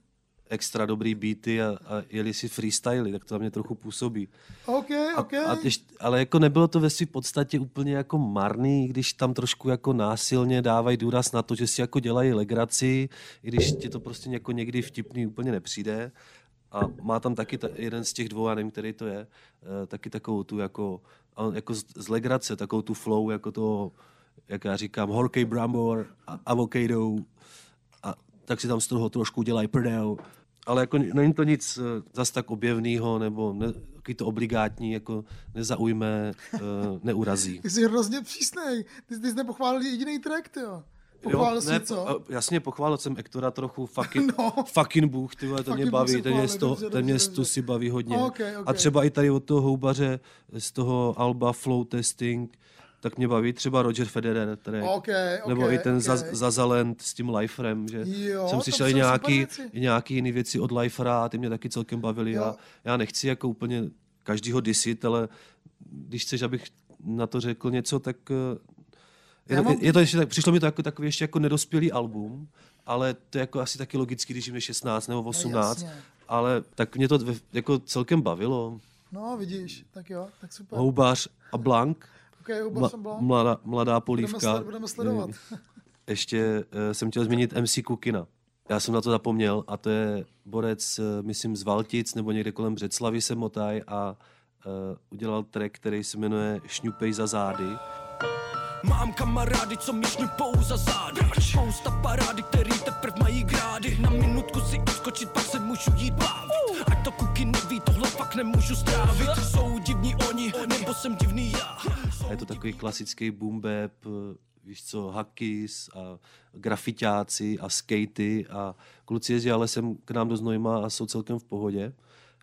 extra dobrý beaty a jeli si freestyly, tak to na mě trochu působí. OK. Ale jako nebylo to ve své podstatě úplně jako marný, když tam trošku jako násilně dávají důraz na to, že si jako dělají legraci, i když ti to prostě jako někdy vtipný úplně nepřijde. A má tam taky jeden z těch dvou, já nevím, který to je, taky takovou tu jako z legrace, takovou tu flow, jako to, jak já říkám, horkej brambor, avokado, a tak si tam z toho trošku dělají prdel. Ale jako není to nic zas tak objevného, nebo takový to obligátní, jako nezaujme, neurazí. Ty jsi hrozně přísnej. Ty jsi nepochválil jediný track, tyjo. Pochválil jsi co? Jasně, pochválil jsem Ektora trochu, fucking Bůh, ty vole, to mě baví, ten mě si baví hodně. Okay. A třeba i tady od toho houbaře z toho alba Flow Testing, tak mě baví třeba Roger Federer, nebo i ten Zazalent s tím Liferem, že jsem slyšel nějaký jiný věci od Lifera a ty mě taky celkem bavily. Já nechci jako úplně každýho disit, ale když chceš, abych na to řekl něco, tak je to ještě tak, přišlo mi to jako takový ještě jako nedospělý album, ale to je jako asi taky logicky, když jim je 16 nebo 18, ale tak mě to jako celkem bavilo. No vidíš, tak jo, tak super. Houbař a Blank. Mladá polívka. Budeme sledovat. Ještě jsem chtěl zmínit MC Kukina. Já jsem na to zapomněl a to je borec, myslím, z Valtic nebo někde kolem Břeclavy se motaj a udělal track, který se jmenuje Šňupej za zády. Mám kamarády, co mi šňupou za zády. Spousta parády, který teprv mají grády. Na minutku si odskočit, pak se můžu jít bavit. Ať to Kuky neví, tohle fakt nemůžu strávit. Jsou divní oni, nebo jsem divný já. Je to takový klasický boom bap, víš co, hakis a grafiťáci a skatey a kluci jezdí ale sem k nám do Znojma a jsou celkem v pohodě.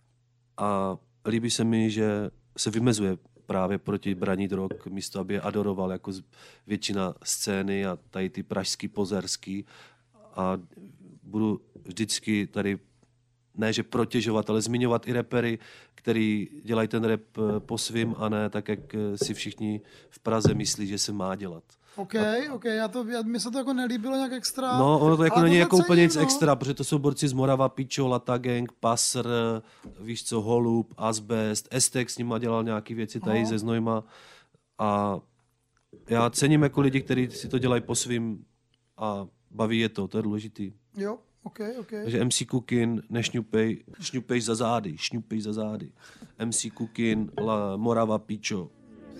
A líbí se mi, že se vymezuje právě proti braní drog, místo aby je adoroval jako většina scény a tady ty pražský, pozerský. A budu vždycky tady, ne že protěžovat, ale zmiňovat i rapery, který dělají ten rap po svým a ne tak, jak si všichni v Praze myslí, že se má dělat. OK, mi se to jako nelíbilo nějak extra. No, ono to jako není jako úplně nic extra, protože to jsou borci z Morava, Pičo, Lata Gang, Passer, víš co, Holub, Asbest, Estek s nima dělal nějaký věci tady ze Znojma a já cením jako lidi, kteří si to dělají po svým a baví je to je důležitý. Jo, OK. Takže MC Kukin, šňupej za zády. MC Kukin, Morava, Pičo.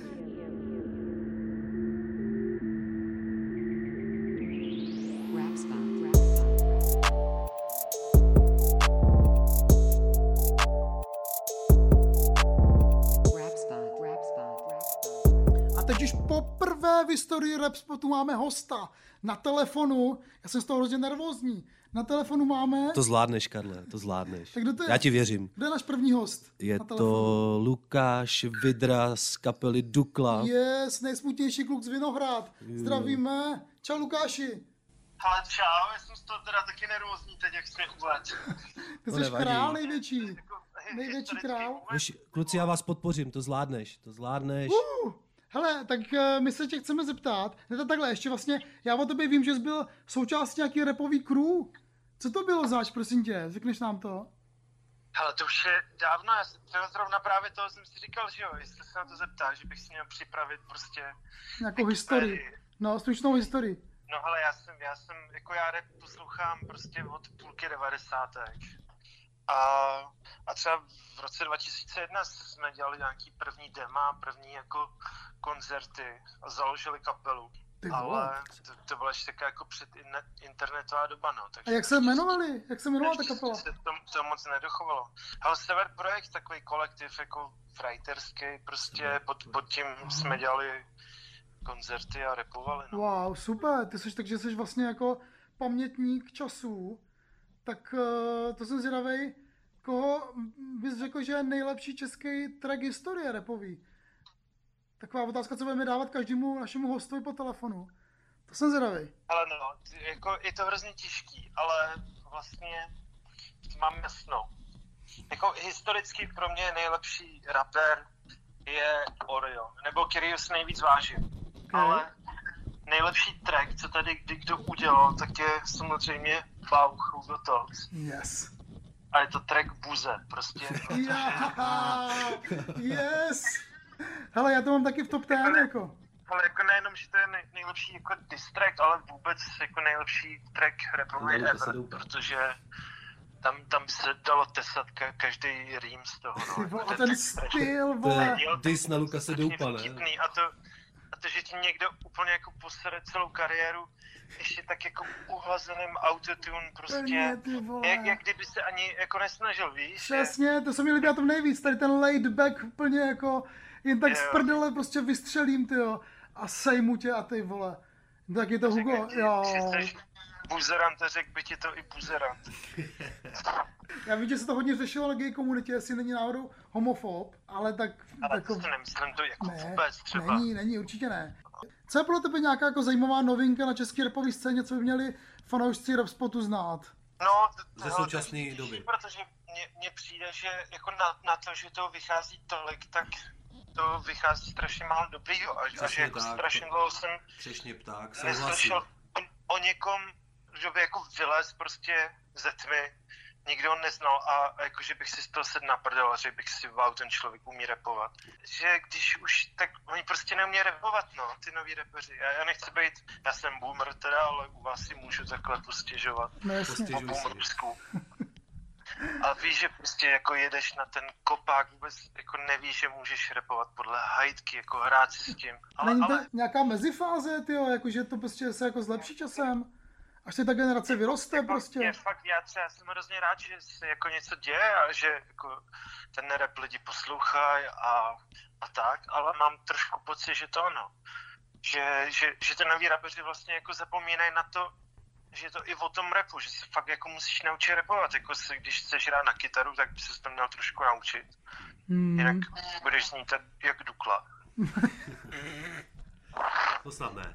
V historii Rapspotu máme hosta na telefonu. Já jsem z toho hrozně nervózní. Na telefonu máme... To zvládneš, Karle, to zvládneš. Tak kdo to je? Já ti věřím. Kdo je náš první host? Je to Lukáš Vidra z kapely Dukla. Yes, nejsmutnější kluk z Vinohrad. Zdravíme. Čau, Lukáši. Hele, čau, já jsem z toho teda taky nervózní teď, jak jsi mě uvedl. Ty jsi král největší. Největší král. Kluci, já vás podpořím, to zvládneš. Hele, tak my se tě chceme zeptat, takhle, ještě vlastně, já o tobě vím, že jsi byl součástí nějaký rapový crew. Co to bylo zač, prosím tě, řekneš nám to? Hele, to už je dávno, já zrovna právě toho jsem si říkal, že jo, jestli se na to zeptáš, že bych si měl připravit prostě... Nějakou historii, stručnou historii. No hele, já rap poslouchám prostě od půlky 90. A třeba v roce 2001 jsme dělali nějaký první dema, první jako koncerty a založili kapelu. Ale to byla ještě taková jako předinternetová doba, no. Takže a jak se jmenovali? Jak se jmenovala ta kapela? To moc nedochovalo. Ale Sever Projekt, takový kolektiv jako frajterský, prostě pod tím jsme dělali koncerty a rapovali, no. Wow, super, takže jsi vlastně jako pamětník časů. Tak to jsem zvědavej, koho bys řekl, že je nejlepší český track historie rapový? Taková otázka, co budeme dávat každému našemu hostovi po telefonu. To jsem zvědavej. Ale no, jako je to hrozně těžký, ale vlastně mám jasno. Jako historicky pro mě nejlepší rapper je Oreo, nebo Kyrios nejvíc vážím. Okay. Ale nejlepší track, co tady kdo udělal, tak je samozřejmě Bauch, Hugo Talks. Yes. A je to track Buze, prostě. Yes! Hele, já to mám taky v top 10, jako. Ale jako nejenom, že to je nejlepší jako diss track, ale vůbec jako nejlepší track rapový ever, protože tam by se dalo tesat každý rým z toho. No. A ten styl, vole. Diss na Lukase Doupa, ne? Vtipný. A to, že ti někdo úplně jako posere celou kariéru, ještě tak jako uhlazeným autotune prostě, jak kdyby se ani jako nesnažil, víš? Přesně, to se mi líbí na tom nejvíc, tady ten laid back úplně jako, jen tak z prdele prostě vystřelím, tyjo, a sejmu tě a ty vole. Tak je to Hugo, jo. Buzerant, řekl by ti to i buzerant. Já vím, že se to hodně řešilo na gay komunitě, jestli není náhodou homofob, ale tak... Ale jako, to si nemyslím to jako vůbec třeba. Není, určitě ne. Co je pro tebe nějaká jako zajímavá novinka na české rapové scéně, co by měli fanoušci Rapspotu znát? No, ze současné doby. Protože mně přijde, že jako na to, že to vychází tolik, tak to vychází strašně málo dobrýho. A že jako strašně dlouho jsem neslyšel o někom, kdo by jako vylez prostě ze tmy, nikdo ho neznal a jako, že bych si z toho sedl na prdel a že bych si wow, ten člověk umí rapovat. Že když už, tak oni prostě neumí rapovat, no, ty noví rapeři. Já nechci být, já jsem boomer teda, ale u vás si můžu takhle postěžovat. No, boomersku. A víš, že prostě jako jedeš na ten kopák, vůbec jako nevíš, že můžeš rapovat podle hajtky, jako hrát si s tím. Není to nějaká mezifáze, tyjo, jako že to prostě se jako zlepší časem? Až se ta generace vyroste jako, prostě. Je fakt, já třeba jsem hrozně rád, že se jako něco děje a že jako ten rap lidi poslouchají a tak, ale mám trošku pocit, že to ano. Že ten noví rapeři vlastně jako zapomínají na to, že je to i o tom rapu, že se fakt jako musíš naučit rapovat, jako když chceš hrát na kytaru, tak by se to měl trošku naučit. Jinak budeš znít jak Dukla. To snad ne.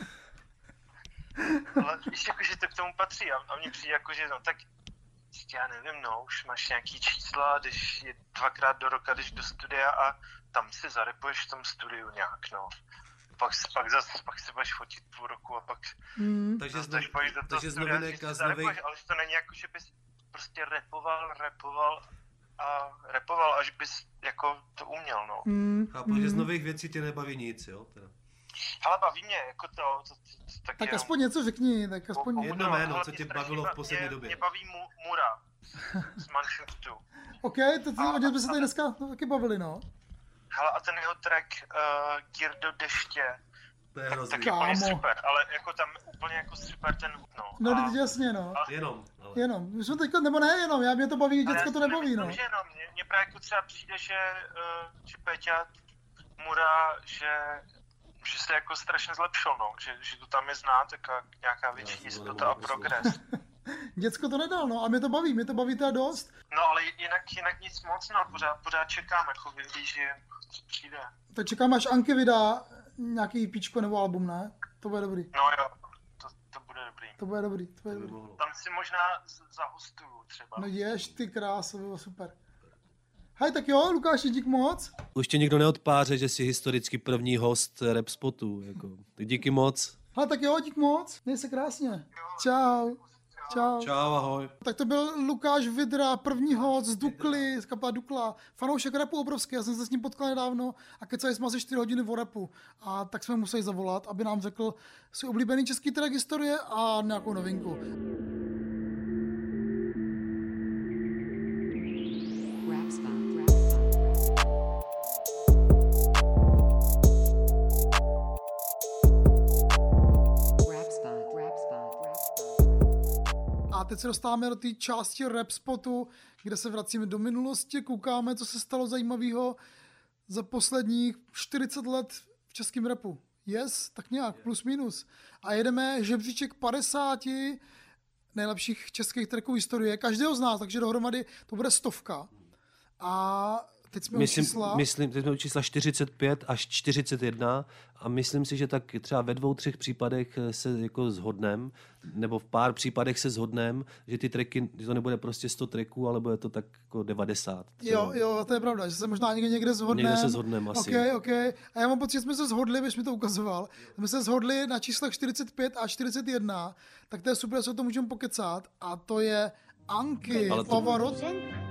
Ale víš, jako, že to k tomu patří a mně přijde jako, že no tak já nevím, no, už máš nějaký čísla, když je 2krát do roka, jdeš do studia a tam si zarepuješ v tom studiu nějak, no. Pak se budeš fotit půl roku a pak takže z novinek a z nových... Ale to není jako, že bys prostě repoval, až bys jako to uměl, no. Chápu, že z nových věcí tě nebaví nic, jo? Teda. Ale baví mě, jako to tak aspoň něco řekni, tak aspoň... Jedno jméno, co tě bavilo v poslední době. Mě baví Mura z Manšaftu. OK, to jsme se tady dneska taky bavili, no. Hele, a ten jeho track Gír do deště, to je hrozný. Tak úplně super, ale jako tam úplně jako super ten hud, no. No, jasně, no. Jenom. My jsme teďka, nebo ne jenom, mě to baví, děcko to nebaví, no. Že jenom, mě právě jako třeba přijde, že Péťa Mura, že se jako strašně zlepšil, no. Že to tam je znát, taková nějaká větší jistota a progres. Děcko to nedal, no, a mě to baví teda dost. No, ale jinak nic moc, no, pořád čekám, jako víš, že přijde. Tak čekám, až Anky vydá nějaký EPčko nebo album, ne? To bude dobrý. No jo, to bude dobrý. To bude dobrý. Tam si možná zahostuju třeba. No jež, ty krása, bylo super. Hej, tak jo, Lukáši, dík moc. Už tě nikdo neodpáře, že jsi historicky první host Rapspotu, jako. Tak díky moc. Hele, tak jo, dík moc. Měj se krásně. Čau. Čau, ahoj. Tak to byl Lukáš Vidra, první host z Dukly, z kapela Dukla. Fanoušek rapu obrovský, já jsem se s ním potkal nedávno a kecali jsme asi 4 hodiny o rapu. A tak jsme museli zavolat, aby nám řekl svůj oblíbený český track historie a nějakou novinku. A teď se dostáváme do té části Rapspotu, kde se vracíme do minulosti, koukáme, co se stalo zajímavého za posledních 40 let v českém rapu. Yes, tak nějak, plus minus. A jedeme žebříček 50 nejlepších českých tracků historie. Každého z nás, takže dohromady to bude 100. A teď jsme u čísla 45 až 41 a myslím si, že tak třeba ve 2-3 případech se jako shodneme, nebo v pár případech se shodneme, že ty tracky, že to nebude prostě 100 tracků, ale bude to tak jako 90. Jo, to je pravda, že se možná někde shodneme. Někde se shodneme asi. OK. A já mám pocit, že jsme se shodli, když mi to ukazoval. Jsme se shodli na číslech 45 a 41, tak to je super, že se o tom můžeme pokecat a to je Anky, Ale to- Pavarotti.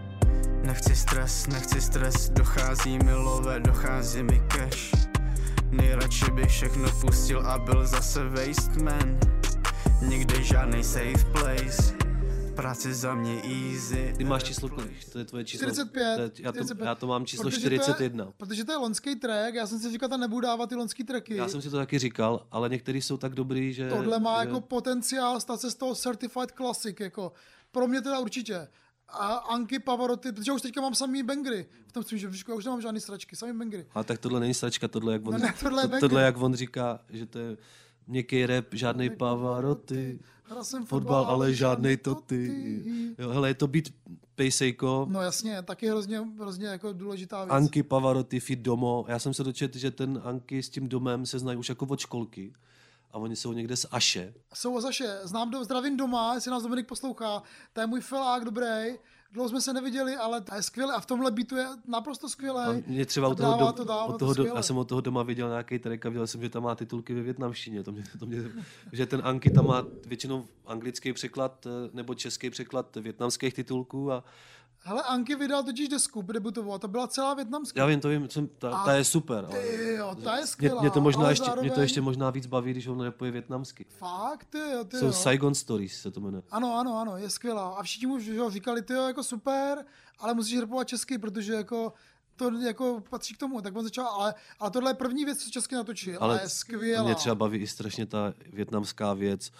Nechci stres, dochází mi love, dochází mi cash. Nejradši bych všechno pustil a byl zase waste man. Nikdy žádnej safe place, práce za mě easy. Ty máš číslo kolik? To je tvoje číslo? 45. To je, já to mám číslo Protože 41. Protože to je loňský track, já jsem si říkal, že nebudu dávat ty loňský tracky. Já jsem si to taky říkal, ale některý jsou tak dobrý, že... Tohle má že... jako potenciál stát se z toho certified classic, jako pro mě teda určitě. A Anky, Pavarotti, protože už teďka mám samý bangry. V tom svým žebříčku, já už nemám žádný sračky, samý bangry. Ale tak tohle není sračka, tohle jak on, Ne, tohle je banger. tohle jak on říká, že to je měkký rap, žádnej Pavarotti, Hral jsem fotbal, ale žádnej Totti. Jo, hele, je to beat Pejsejko, No jasně, taky hrozně jako důležitá věc. Anky, Pavarotti, Fit Domo. Já jsem se dočetl, že ten Anky s tím domem se znají už jako od školky. A oni jsou někde z Aše. Jsou Zaše, zdravím doma, jestli nás Dominik poslouchá, to je můj felák, dobrý, dlouho jsme se neviděli, ale to je skvělé a v tomhle beatu je naprosto skvělé. A mě třeba já jsem od toho doma viděl nějaký track a viděl jsem, že tam má titulky ve vietnamštině. Že ten Anky tam má většinou anglický překlad nebo český překlad vietnamských titulků a Hele, Anky vydal totiž desku debutovou a to byla celá vietnamská. já vím, ta je super. Ale Jo, ta je skvělá. mě to možná ale ještě, zároveň... mě to ještě možná víc baví, když on rapuje vietnamsky. Fakt, ty Jsou jo. Saigon Stories se to jmenuje. Ano, je skvělá. A všichni už říkali, ty jo, jako super, ale musíš rapovat česky, protože jako to jako patří k tomu. Tak on začal, ale tohle je první věc, co česky natočil. Ale je skvělá. Mě třeba baví i strašně ta vietnamská věc.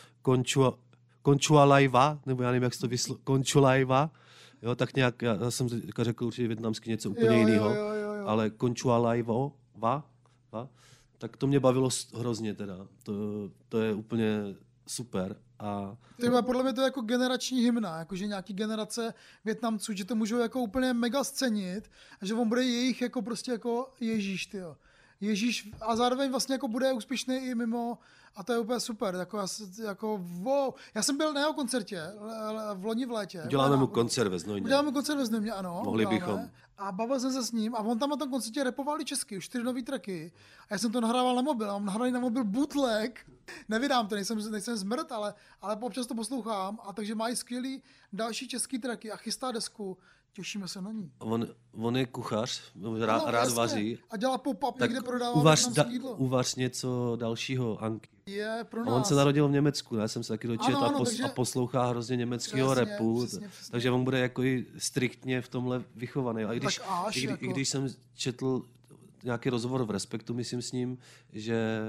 Končualajva, nebo já nevím, jak se to vyslo... Končualajva. Jo, tak nějak, já jsem řekl určitě vietnamsky něco úplně jiného, ale Končualajva, tak to mě bavilo hrozně teda. To je úplně super. A Podle mě to je jako generační hymna, jakože nějaký generace Vietnamců, že to můžou jako úplně mega scenit a že on bude jejich jako prostě jako Ježíš, tyjo. Ježíš a zároveň vlastně jako bude úspěšný i mimo a to je úplně super, jako wow. Já jsem byl na jeho koncertě v loni v létě. Uděláme mu koncert ve Znojmě. Uděláme koncert ve Znojmě, ano. Mohli bychom. A bavil jsem se s ním a on tam na tom koncertě rapoval i česky, už 4 nový tracky. A já jsem to nahrával na mobil, mám nahraný na mobil bootleg. Nevydám to, nejsem zmrt, ale občas to poslouchám a takže má i skvělý další český tracky a chystá desku. Těšíme se na ní. On je kuchař, rád vaří. A dělá pop-up, někde prodává vietnamský jídlo. Uvař něco dalšího, Anky. Je pro nás. A on se narodil v Německu, já jsem se taky dočetl takže... a poslouchá hrozně německého rapu, přesně. takže on bude jako i striktně v tomhle vychovaný. A i když jsem četl nějaký rozhovor v Respektu, myslím s ním, že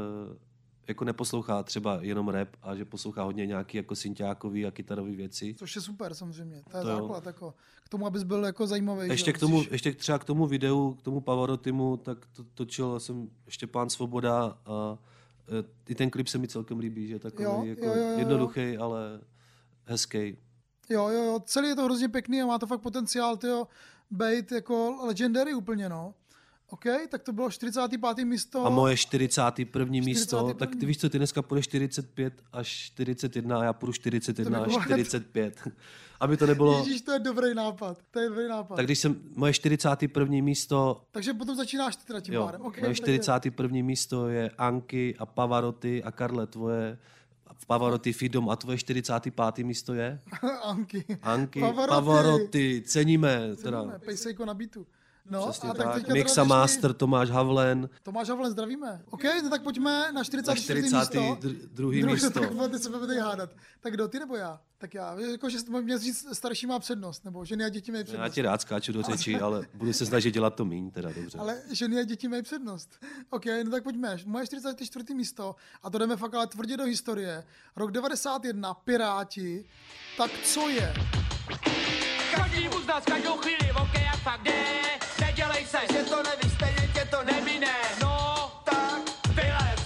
jako neposlouchá třeba jenom rap a že poslouchá hodně nějaký jako synťákový a kytarový věci. Což je super samozřejmě, to je základ jako, k tomu, abys byl jako zajímavý. Ještě třeba k tomu videu, k tomu Pavarottimu, tak to točil jsem Štěpán Svoboda a i ten klip se mi celkem líbí, že je takový jednoduchý, ale hezký. Jo, celý je to hrozně pěkný a má to fakt potenciál, být jako legendary úplně, no. OK, tak to bylo 45. místo. A moje 41. místo, tak ty víš co, ty dneska půjdeš 45 až 41 a já půjdu 41 až 45. Aby to nebylo... Ježíš, to je dobrý nápad. Tak když jsem, moje 41. místo... Takže potom začínáš ty teda tím pádem. Okay, moje 41. místo je Anky a Pavarotti a Karle, tvoje Pavarotti, Fidom a tvoje 45. místo je? Anky, Pavarotti, ceníme. Pejsejko na beatu. No, přesně a tak. Mixa Master, Tomáš Havlen. Zdravíme. OK, no tak pojďme na 44. místo. Druhý místo. Tak teď se budeme tady hádat. Tak kdo, ty nebo já? Tak já. Jako, že mě říct, starší má přednost, nebo ženy a děti mají přednost. Já ti rád skáču do řeči, ale budu se snažit dělat to míň, teda dobře. Ale ženy a děti mají přednost. OK, no tak pojďme. Moje 44. místo, a to jdeme fakt ale tvrdě do historie. Rok 91, Piráti. Tak co je? Každému z nás každou chvíli, OK, jak fakt jde. Nedělej se, že to nevíš, stejně tě to nemine. No, tak vylez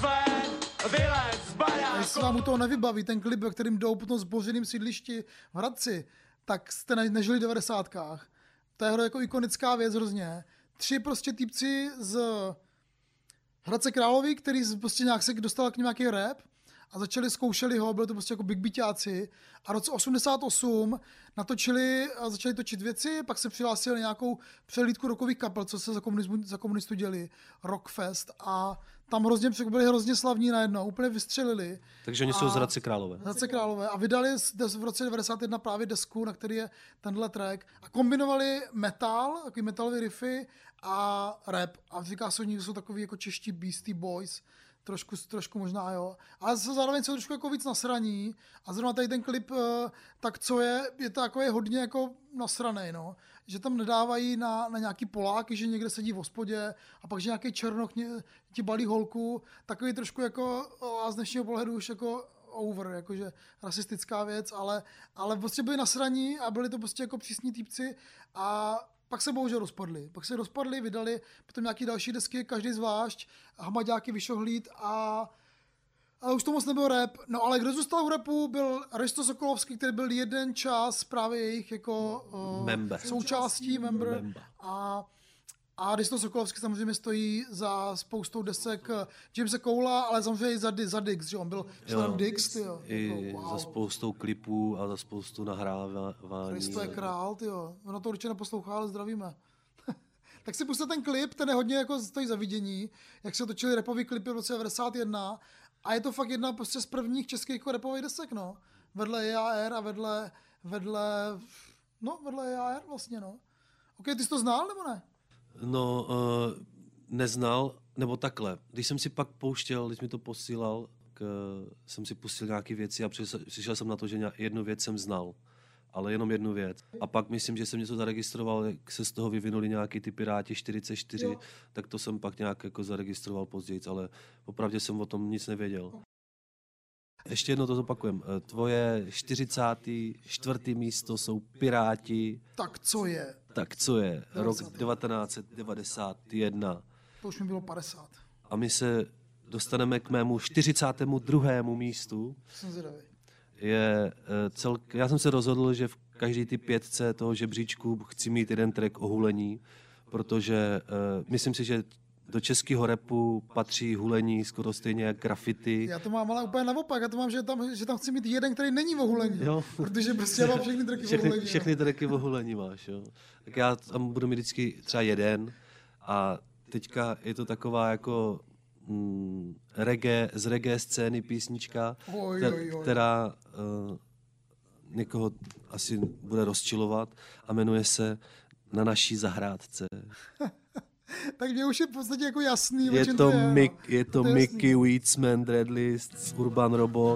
z baráku. A jestli vám u toho nevybaví ten klip, ve kterým jdou po tom zbořeným sídlišti v Hradci, tak jste nežili v 90kách. To je jako ikonická věc hrozně. 3 prostě týpci z Hradce Králové, který prostě nějak se dostal k ním nějaký rap a zkoušeli ho, bylo to prostě jako big beatáci a v roce 88 natočili a začali točit věci, pak se přihlásili na nějakou přehlídku rockových kapel, co se za komunistů děli, Rockfest a tam byli hrozně slavní najednou, úplně vystřelili. Takže oni jsou z Hradce Králové. A vydali v roce 91 právě desku, na který je tenhle track a kombinovali metal, takový metalový riffy a rap. A říká se o nich, že jsou takový jako čeští Beastie Boys, trošku možná, jo. Ale zároveň jsou trošku jako víc nasraní a zrovna tady ten klip, tak co je to jako hodně jako nasranej, no. Že tam nedávají na nějaký Poláky, že někde sedí v hospodě a pak, že nějaký černoch ti balí holku, takový trošku jako a z dnešního pohledu už jako over, jakože rasistická věc, ale prostě byli nasraní a byli to prostě jako přísní týpci a pak se bohužel rozpadli. Vydali potom nějaký další desky, každý zvlášť, hamaďáky, vyšohlíd ale už to moc nebyl rap. No ale kdo zůstal u rapu, byl Risto Sokolovský, který byl jeden čas právě jejich jako součástí, member. A Risto Sokolovský samozřejmě stojí za spoustou desek Jamesa Cola, ale samozřejmě i za Dix, že on byl členem Dix, tyjo. I za spoustou klipů a za spoustu nahrávání. Risto je král, tyjo. Ono to určitě neposlouchá, ale zdravíme. Tak si pusťte ten klip, ten je hodně jako stojí za vidění, jak se točili rapový klipy v roce 91 a je to fakt jedna prostě z prvních českých jako rapových desek, no. Vedle EAR a vedle EAR vlastně, no. OK, ty jsi to znal, nebo ne? No, neznal, nebo takhle. Když jsem si pak pouštěl, když mi to posílal, jsem si pustil nějaké věci a přišel jsem na to, že jednu věc jsem znal. Ale jenom jednu věc. A pak myslím, že jsem něco zaregistroval, jak se z toho vyvinuli nějaký ty Piráti 44, jo. Tak to jsem pak nějak jako zaregistroval později, ale opravdu jsem o tom nic nevěděl. Ještě jednou to zopakujem. Tvoje 44. místo jsou Piráti. Tak co je? Rok 1991. To už mi bylo 50. A my se dostaneme k mému 42. místu. Jsem zvědavý. Já jsem se rozhodl, že v každý ty 5 toho žebříčku chci mít jeden track o hulení, protože myslím si, že do českého rapu patří hulení skoro stejně jak graffiti. Já to mám ale úplně naopak, já to mám, že tam chci mít jeden, který není o hulení, jo. Protože prostě já mám všechny tracky o hulení. Všechny tracky o hulení máš, jo. Tak já tam budu mít vždycky třeba jeden a teďka je to taková jako z reggae scény písnička, která někoho asi bude rozčilovat a jmenuje se Na naší zahrádce. Tak mě už je v podstatě jako jasný, o je čem to je. Je to Mickey Weedsman, Dreadlist, Urban Robot.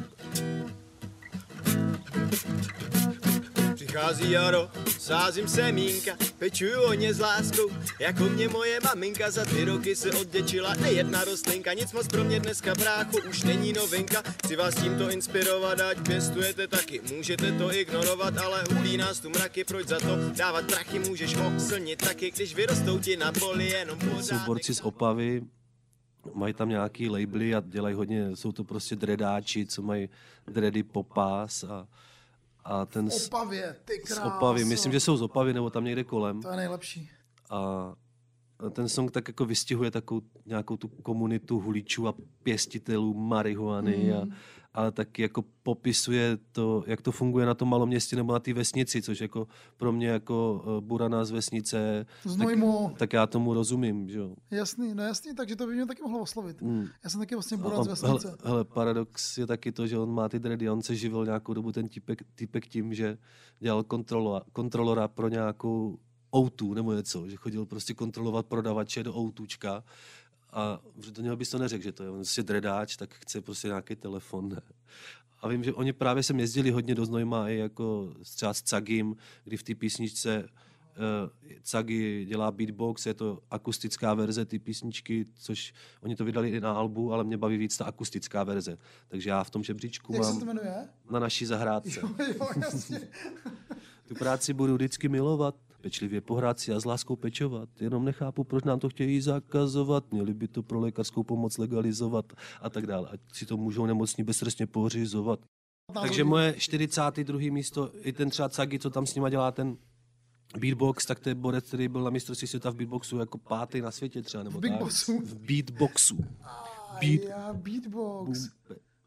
Přichází jaro, sázím semínka, pečuju o ně s láskou, jako mě moje maminka za 2 roky se odděčila, nejedna rostlinka, nic moc pro mě dneska brácho, už není novinka, chci vás tímto inspirovat, ať pěstujete taky, můžete to ignorovat, ale hulí nás tu mraky, proč za to dávat prachy, můžeš oslnit taky, když vyrostou ti na poli jenom pořád. Jsou borci z Opavy, mají tam nějaký labely a dělají hodně, jsou to prostě dreadáči, co mají dready po pás a ten z Opavě, ty kráso. Z Opavy, myslím, že jsou z Opavy nebo tam někde kolem. To je nejlepší. A ten song tak jako vystihuje nějakou tu komunitu huličů a pěstitelů marihuany ale taky jako popisuje to, jak to funguje na tom malom městě nebo na té vesnici, což jako pro mě jako buraná z vesnice, tak já tomu rozumím, že jo. Jasný, takže to by mě taky mohlo oslovit. Já jsem taky vlastně buran z vesnice. Hele, paradox je taky to, že on má ty dready, on se živil nějakou dobu ten týpek tím, že dělal kontrolora pro nějakou O2 nebo něco, že chodil prostě kontrolovat prodavače do O2čka a do něho bys to neřekl, že to je prostě dredáč, tak chce prostě nějaký telefon. Ne? A vím, že oni právě sem jezdili hodně do Znojma i jako třeba s Cagim, kdy v té písničce Cagi dělá beatbox, je to akustická verze ty písničky, což oni to vydali i na albu, ale mě baví víc ta akustická verze. Takže já v tom žebříčku mám se to jmenuje? Na naší zahrádce. Jo, jasně. Tu práci budu vždycky milovat, pečlivě pohrát si a s láskou pečovat. Jenom nechápu, proč nám to chtějí zakazovat. Měli by to pro lékařskou pomoc legalizovat a tak dále. Ať si to můžou nemocní beztrestně pořizovat. Takže moje 42. místo, i ten třeba Cagi, co tam s nima dělá ten beatbox, tak to je borec, který byl na mistrovství světa v beatboxu jako 5. na světě třeba. Nebo v beatboxu? V beatboxu. Beatbox.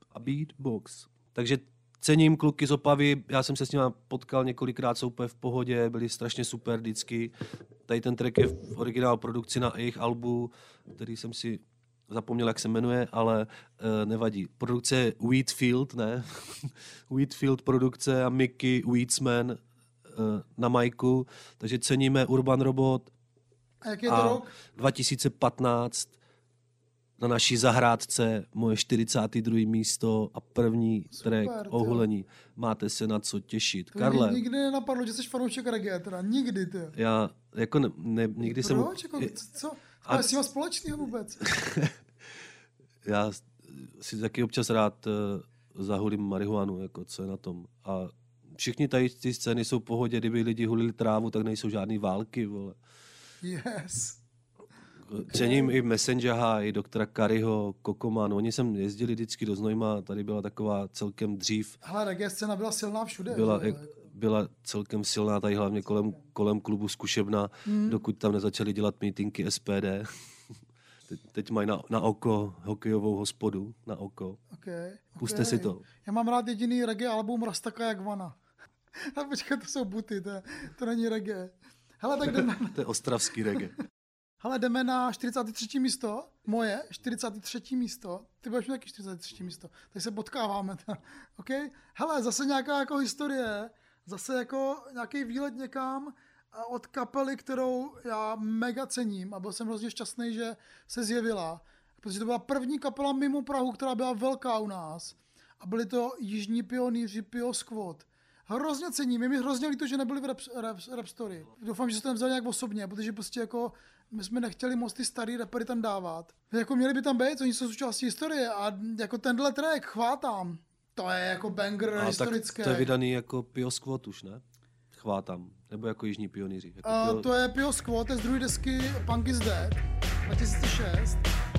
a beatbox. Takže cením kluky z Opavy, já jsem se s nimi potkal několikrát, jsou úplně v pohodě, byli strašně super vždycky. Tady ten track je v originál produkci na jejich albu, který jsem si zapomněl, jak se jmenuje, ale nevadí. Produkce je Wheatfield, ne? Wheatfield produkce a Mickey Wheatsman na majku, takže ceníme Urban Robot. A jak je to rok? 2015 na naší zahrádce moje 42. místo a první track Ohulení. Máte se na co těšit. Karle. Nikdy nenapadlo, že jsi fanoušek reggae, teda nikdy, ty. Já jako nikdy jsem... Proč? Jako, co? A s tím společného vůbec? Já si taky občas rád zahulím marihuanu, jako co je na tom. A všichni tady ty scény jsou v pohodě, kdyby lidi hulili trávu, tak nejsou žádný války, vole. Yes. Cením i Messengera, i doktora Kariho, Kokoman. Oni sem jezdili vždycky do Znojma, tady byla taková celkem dřív. Hele, reggae scéna byla silná všude. Byla celkem silná tady hlavně kolem klubu Zkušebna, dokud tam nezačali dělat mítinky SPD. Teď mají na oko hokejovou hospodu, na oko. Puste si to. Já mám rád jediný reggae album Rastaka jak vana. A počkej, to jsou buty, to není reggae. Hele, tak jdeme... To je ostravský reggae. Hele, jdeme na 43. místo. Moje 43. místo. Ty budeš mít taky 43. místo. Tak se potkáváme. OK? Hele, zase nějaká jako historie. Zase jako nějaký výlet někam od kapely, kterou já mega cením a byl jsem hrozně šťastný, že se zjevila. Protože to byla první kapela mimo Prahu, která byla velká u nás. A byli to Jižní pionýři Pio Squad. Hrozně cením, je mi hrozně líto, že nebyli v rap story. Doufám, že se to nevzal nějak osobně, protože prostě jako my jsme nechtěli moc ty starý rapery tam dávat. Jako měli by tam být, oni jsou součástí historie a jako tenhle track Chvátám, to je jako banger historické. To je vydaný jako Pio Squad už, ne? Chvátám, nebo jako Jižní pionýři. Jako to je Pio Squad, to je z druhé desky Punk is Dead, 2006.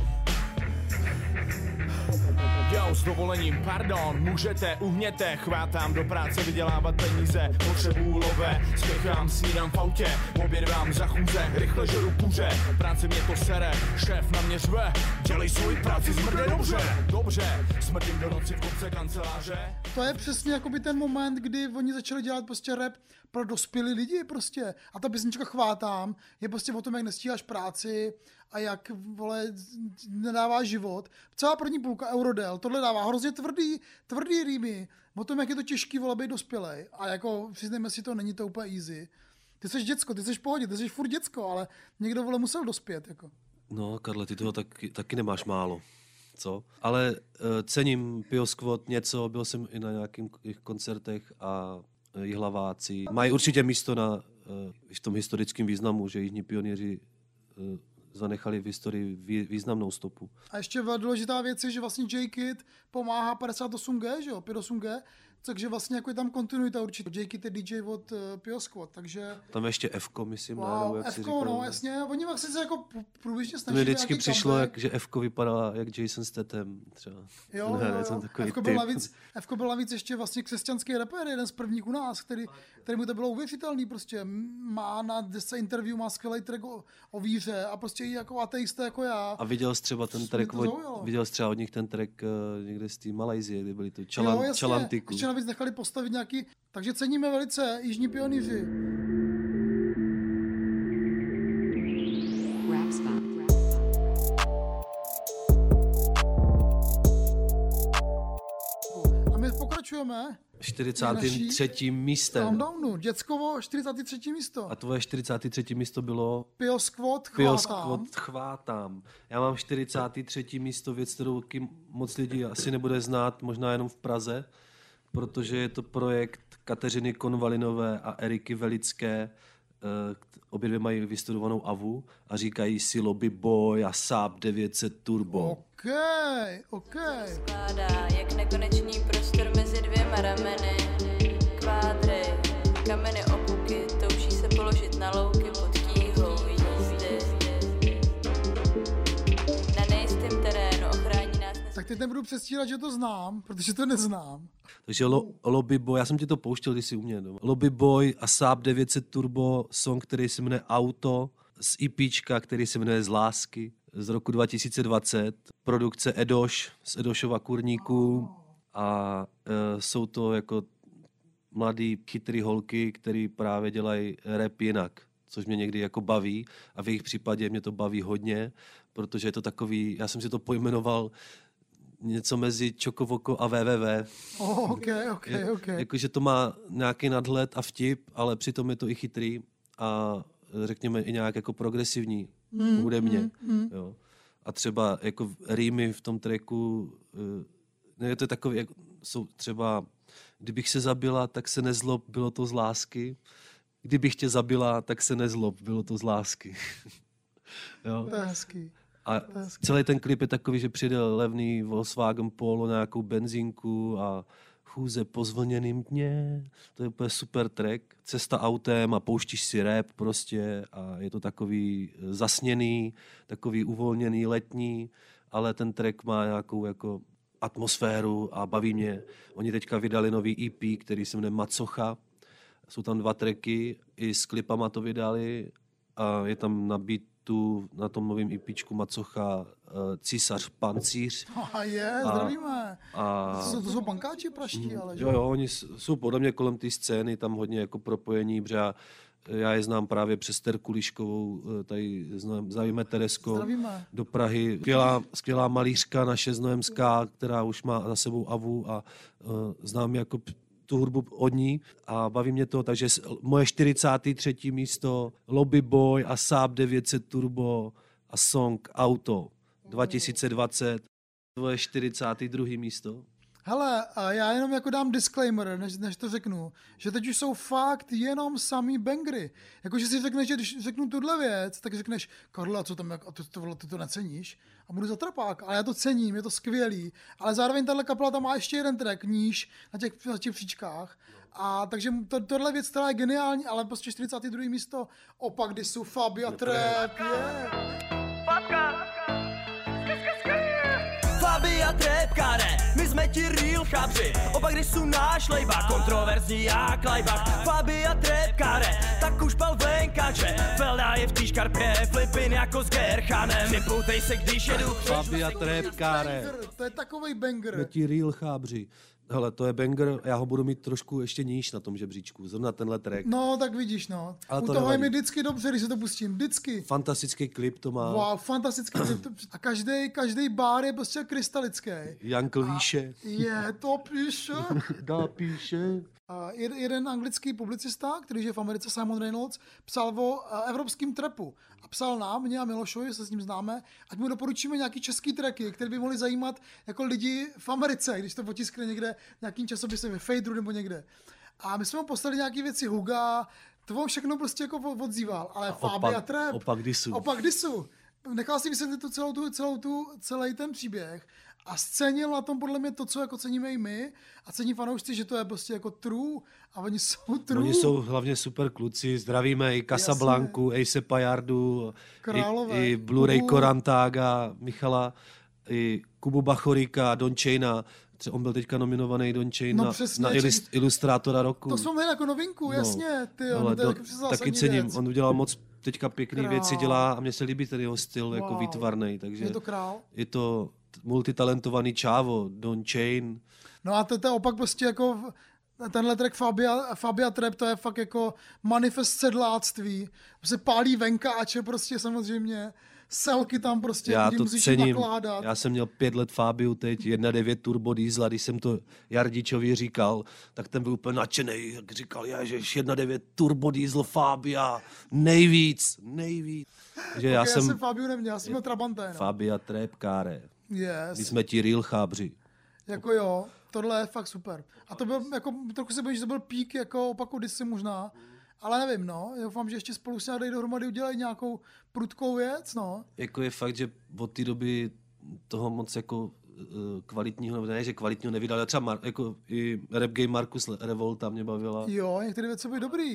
Jo, s dovolením, pardon, můžete, uhněte, chvátám do práce vydělávat peníze, potřebuju lové, spěchám, snídám v autě, obědvám za chůze, rychle žeru kuře, práce mě to sere, šéf na mě řve, dělej svoji práci, smrde dobře, smrdím do noci v kopce kanceláře. To je přesně jakoby ten moment, kdy oni začali dělat prostě rap pro dospělí lidi prostě a ta písnička Chvátám je prostě o tom, jak nestíháš práci a jak, vole, nedává život. Celá první půlka Eurodel, tohle dává hrozně tvrdý rýmy o tom, jak je to těžký, vole, být dospělej. A jako, přiznejme si to, není to úplně easy. Ty jsi děcko, ty jsi v pohodě, ty jsi furt děcko, ale někdo, vole, musel dospět, jako. No, Karle, ty toho taky nemáš málo, co? Ale cením Pio Squad něco, byl jsem i na nějakých koncertech a Jihlaváci. Mají určitě místo v tom historickém významu, že jižní pionýři zanechali v historii významnou stopu. A ještě důležitá věc je, že vlastně J-Kid pomáhá 58G, že jo, 58G, takže vlastně jako je tam kontinuita určitě. J-Kid je DJ od Pio Squad, takže... Tam ještě F-ko, myslím, wow, jak si říkal. No, jasně, oni vlastně se jako průběžně snaží. Mně vždycky přišlo, že F-ko vypadá jak Jason Statham, třeba. Jo. F-ko byl navíc ještě vlastně křesťanský rapper, jeden z prvních u nás, který mu to bylo uvěřitelný prostě. Má na desce interview, má skvělý track o víře a prostě i jako ateista jako já. A viděl jsi třeba ten track, od nich ten track někde z té Malajzie, kde byli to Čalantiku. Ještě navíc nechali postavit nějaký, takže ceníme velice Jižní pionýři. A my pokračujeme 43. místem. Countdownu, děckovo 43. místo. A tvoje 43. místo bylo? Pio Squad Chvátám. Já mám 43. místo, věc, kterou moc lidí asi nebude znát, možná jenom v Praze, protože je to projekt Kateřiny Konvalinové a Eriky Velické. Obě dvě mají vystudovanou AVU a říkají si Lobby Boy a Saab 900 Turbo. OK. Skládá jak nekonečný prostor mezi dvěma rameny. Kvádry, kameny opuky, touží se položit na louky pod tíhou jízdy. Na nejistém terénu ochrání nás... Tak teď nebudu přestírat, že to znám, protože to neznám. Takže Lobby Boy, já jsem ti to pouštěl, když jsi u mě doma. Lobby Boy a Saab 900 Turbo, song, který se jmenuje Auto, z EPčka, který se jmenuje Z lásky, z roku 2020, produkce Edoš z Edošova Kurníku, a jsou to jako mladý, chytrý holky, který právě dělají rap jinak, což mě někdy jako baví a v jejich případě mě to baví hodně, protože je to takový, já jsem si to pojmenoval něco mezi Čokovoko a www. Jakože to má nějaký nadhled a vtip, ale přitom je to i chytrý a řekněme i nějak jako progresivní hudebně. Jo. A třeba jako rýmy v tom tracku, ne, to je takový, jako, jsou třeba kdybych se zabila, tak se nezlob, bylo to z lásky. Kdybych tě zabila, tak se nezlob, bylo to z lásky. Jo. To je hezký. A celý ten klip je takový, že přijde levný Volkswagen Polo na nějakou benzínku a chůze po zvlněným dně. To je úplně super track. Cesta autem a pouštíš si rap prostě a je to takový zasněný, takový uvolněný, letní, ale ten track má nějakou jako atmosféru a baví mě. Oni teďka vydali nový EP, který se jmenuje Macocha. Jsou tam 2 tracky, i s klipama to vydali a je tam na beatu, na tom novém EPčku Macocha Císař Pancíř. Zdravíme. To jsou pankáči praští, ale že? Jo, oni jsou podle mě kolem té scény, tam hodně jako propojení, protože já je znám právě přes Terku Liškovou, tady zdravíme Teresko, zdravíme. Do Prahy. Skvělá malířka naše znojemská, která už má za sebou Avu a znám jako tu hudbu od ní a baví mě to, takže moje 43. místo Lobby Boy a Saab 900 Turbo a song Auto 2020, tvoje 42. místo. Hele, a já jenom jako dám disclaimer, než to řeknu, že teď už jsou fakt jenom samý bangry. Jakože si řekneš, že když řeknu tuhle věc, tak řekneš, Karle, a co tam, a ty to neceníš? A budu za trapák, ale já to cením, je to skvělý. Ale zároveň tahle kapela tam má ještě jeden track níž na těch příčkách. A takže tohle věc, která je geniální, ale prostě 42. místo, opak disu, Fabia Trap, Fabia Trapkare, my jsme ti real chabři, opak když jsou náš lejba, kontroverzní jak lajbach. Fabia Trapkare, tak už pal venkače, Felda je v té škarpě, flipin jako s Gerchanem, nepoutej se, když jedu. Fabia Trapkare. To je takovej banger. My ti real chábři. Hele, to je banger, já ho budu mít trošku ještě níž na tom žebříčku, zrovna tenhle track. No, tak vidíš, no. Ale U to toho nevadí. je mi vždycky dobře, když se to pustím, vždycky. Fantastický klip to má. Wow, fantastický klip. A každý bar je prostě krystalický. Jankl Výše. Je to píše. Píše. Jeden anglický publicista, který je v Americe, Simon Reynolds, psal o evropském trapu. A psal nám, mě a Milošovi, se s ním známe, ať mu doporučíme nějaký český tracky, které by mohly zajímat jako lidi v Americe, když to potiskne někde nějakým časopisem, ve Fejdru nebo někde. A my jsme mu poslali nějaké věci, Huga, to všechno prostě jako odzýval, ale Fabia Trap. Opak disu. Nechal si vysvětlit celý ten příběh a scenil na tom podle mě to, co jako ceníme i my a cení fanoušci, že to je prostě jako true a oni jsou true. Oni jsou hlavně super kluci, zdravíme i Casablanku, Ace Pajardu, i Blu-ray Korantága, Michala, i Kubu Bachoríka, Don Chaina. On byl teďka nominovaný Don Chain na ilustrátora roku. To jsme měli jako novinku, jasně. Taky cením, on udělal moc teďka pěkný věci, dělá a mně se líbí ten jeho styl jako výtvarný. Takže je to král. Je to multitalentovaný čávo, Don Chain. No a to je opak prostě jako tenhle track Fabia Trap, to je fakt jako manifest sedláctví. Se pálí venkáče prostě samozřejmě. Selky tam prostě, já to musíš cením. nakládat. Já jsem měl 5 let Fabiu teď, 1.9 turbo diesel, když jsem to Jardičovi říkal, tak ten byl úplně nadšenej, jak říkal, ježiš, 1.9 turbo diesel Fabia, nejvíc. Takže já jsem Fabiu neměl, já jsem měl Trabante. No. Fabia Trapkare. Yes. My jsme ti real chábři. Jako jo, tohle je fakt super. A to byl jako, trochu se bojím, že to byl pík jako opaku disy možná. Ale nevím, no. Já doufám, že ještě spolu se dají dohromady udělají nějakou prudkou věc, no. Jako je fakt, že od té doby toho moc jako kvalitního, ne, že kvalitního nevydal, třeba jako i Rap Game Marcus Revolta mě bavila. Jo, některé věci byly dobrý.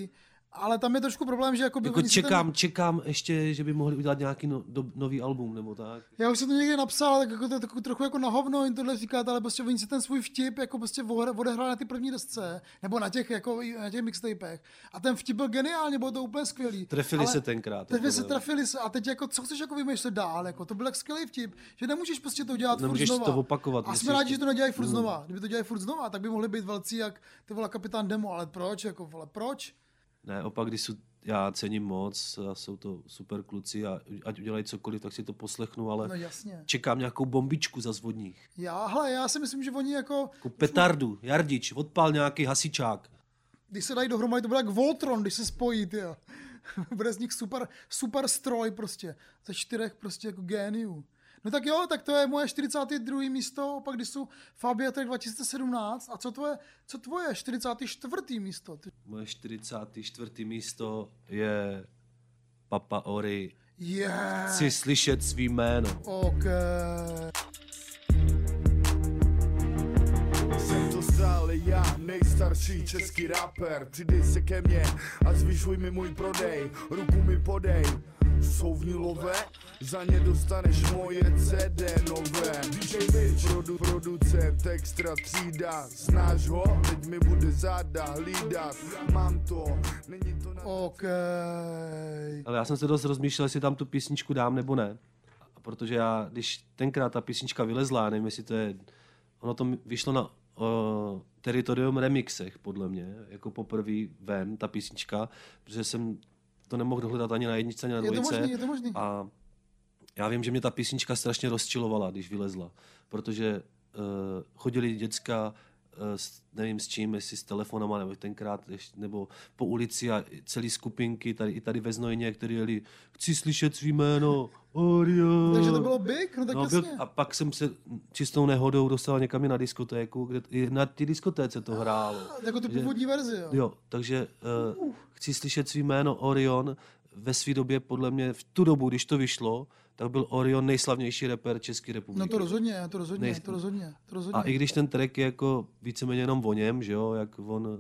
Ale tam je trošku problém, že jako čekám ještě, že by mohli udělat nějaký nový album, nebo tak. Já už jsem to někde napsal, tak jako to trochu jako na hovno jim tohle říkat, ale prostě oni si ten svůj vtip jako prostě odehrali na ty první desce, nebo na těch mixtapech. A ten vtip byl geniálně, bylo to úplně skvělý. Trefili se tenkrát. Trefili se a teď jako, co chceš jako vymýšlet dál, jako to byl tak skvělý vtip, že nemůžeš prostě to dělat furt znova. To opakovat. A jsme rádi, že to nedělají furt znova. Kdyby to dělali furt znova, tak by mohli být velcí jak ty vole Kapitán Demo, ale proč, jako vole, proč? Ne, opak, já cením moc a jsou to super kluci a ať udělají cokoliv, tak si to poslechnu, ale čekám nějakou bombičku zas od nich. Já si myslím, že oni jako petardu, Jardič, odpál nějaký hasičák. Když se dají dohromady, to bude jak Voltron, když se spojí, tyjo. Bude z nich super stroj prostě, ze 4 prostě jako géniů. No tak jo, tak to je moje 42. místo, opak když jsou Fabia Track 2017. A co tvoje 44. místo? Moje 44. místo je Papa Ori. Chci slyšet svý jméno. OK. Jsem to stále já, nejstarší český rapper. Přidej se ke mně a zvyšuj mi můj prodej. Ruku mi podej. Jsou vnilové, za ně dostaneš moje CD nové. DJ Bitch, producent, extra třída. Znáš ho? Teď mi bude záda hlídat. Mám to, není to na... OK. Ale já jsem se dost rozmýšlel, jestli tam tu písničku dám nebo ne. Protože já, když tenkrát ta písnička vylezla, nevím, jestli to je... Ono to vyšlo na Territorium remixech, podle mě, jako poprvé ven, ta písnička, protože jsem to nemohl dohledat ani na jedničce, ani na dvojce. Je to možný. A já vím, že mě ta písnička strašně rozčilovala, když vylezla, protože chodili děcka, nevím s čím, jestli s telefonama, nebo tenkrát, nebo po ulici a celý skupinky, tady ve Znojmě, který jeli, chci slyšet svý jméno, Orion. Takže to bylo big? No tak jasně. A pak jsem se čistou nehodou dostal někam na diskotéku, kde i na té diskotéce to hrálo. Jako tu původní verzi, jo? Jo, takže chci slyšet svý jméno Orion. Ve své době, podle mě, v tu dobu, když to vyšlo, tak byl Orion nejslavnější rapper České republiky. No to rozhodně. A i když ten track je jako víceméně jenom o něm, že jo, jak on...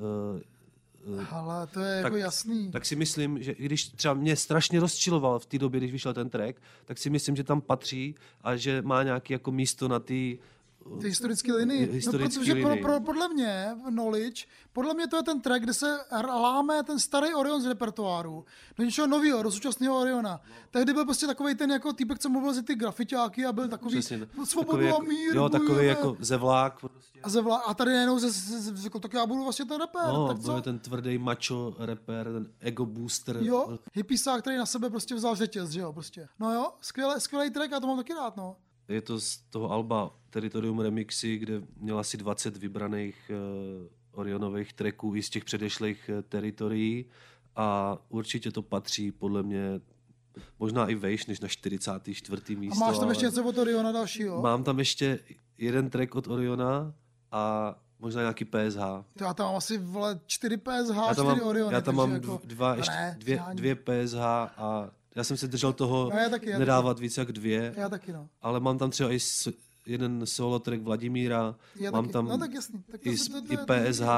Ale to je jako jasný. Tak si myslím, že i když třeba mě strašně rozčiloval v té době, když vyšel ten track, tak si myslím, že tam patří a že má nějaké jako místo na ty historické linii. No, protože podle mě, knowledge, podle mě to je ten track, kde se láme ten starý Orion z repertoáru do něčeho nového, do současného Oriona. Tehdy byl prostě takovej ten jako týpek, co mluvil za ty grafitiáky a byl takový svobodu a mír. Jo, takový jako zevlák. A tady najednou řekl, tak já budu vlastně ten rapper. No, tak byl ten tvrdý macho rapper, ten ego booster. Jo, hippiesák, který na sebe prostě vzal řetěz, že jo, prostě. No jo, skvělý track, já to mám taky rád, no. Je to z toho alba Territorium Remixy, kde měl asi 20 vybraných Orionových tracků i z těch předešlých teritorií a určitě to patří podle mě možná i vejš než na 44. místo. A máš tam ještě něco od Oriona dalšího? Mám tam ještě jeden track od Oriona a možná nějaký PSH. Já tam mám asi 4 PSH, 4 Oriony. Já tam mám jako... dvě PSH a já jsem se držel toho nedávat víc jak 2. Já taky, no. Ale mám tam třeba i jeden solo track Vladimíra. Mám taky. tam no, tak jasný. Tak i PSH,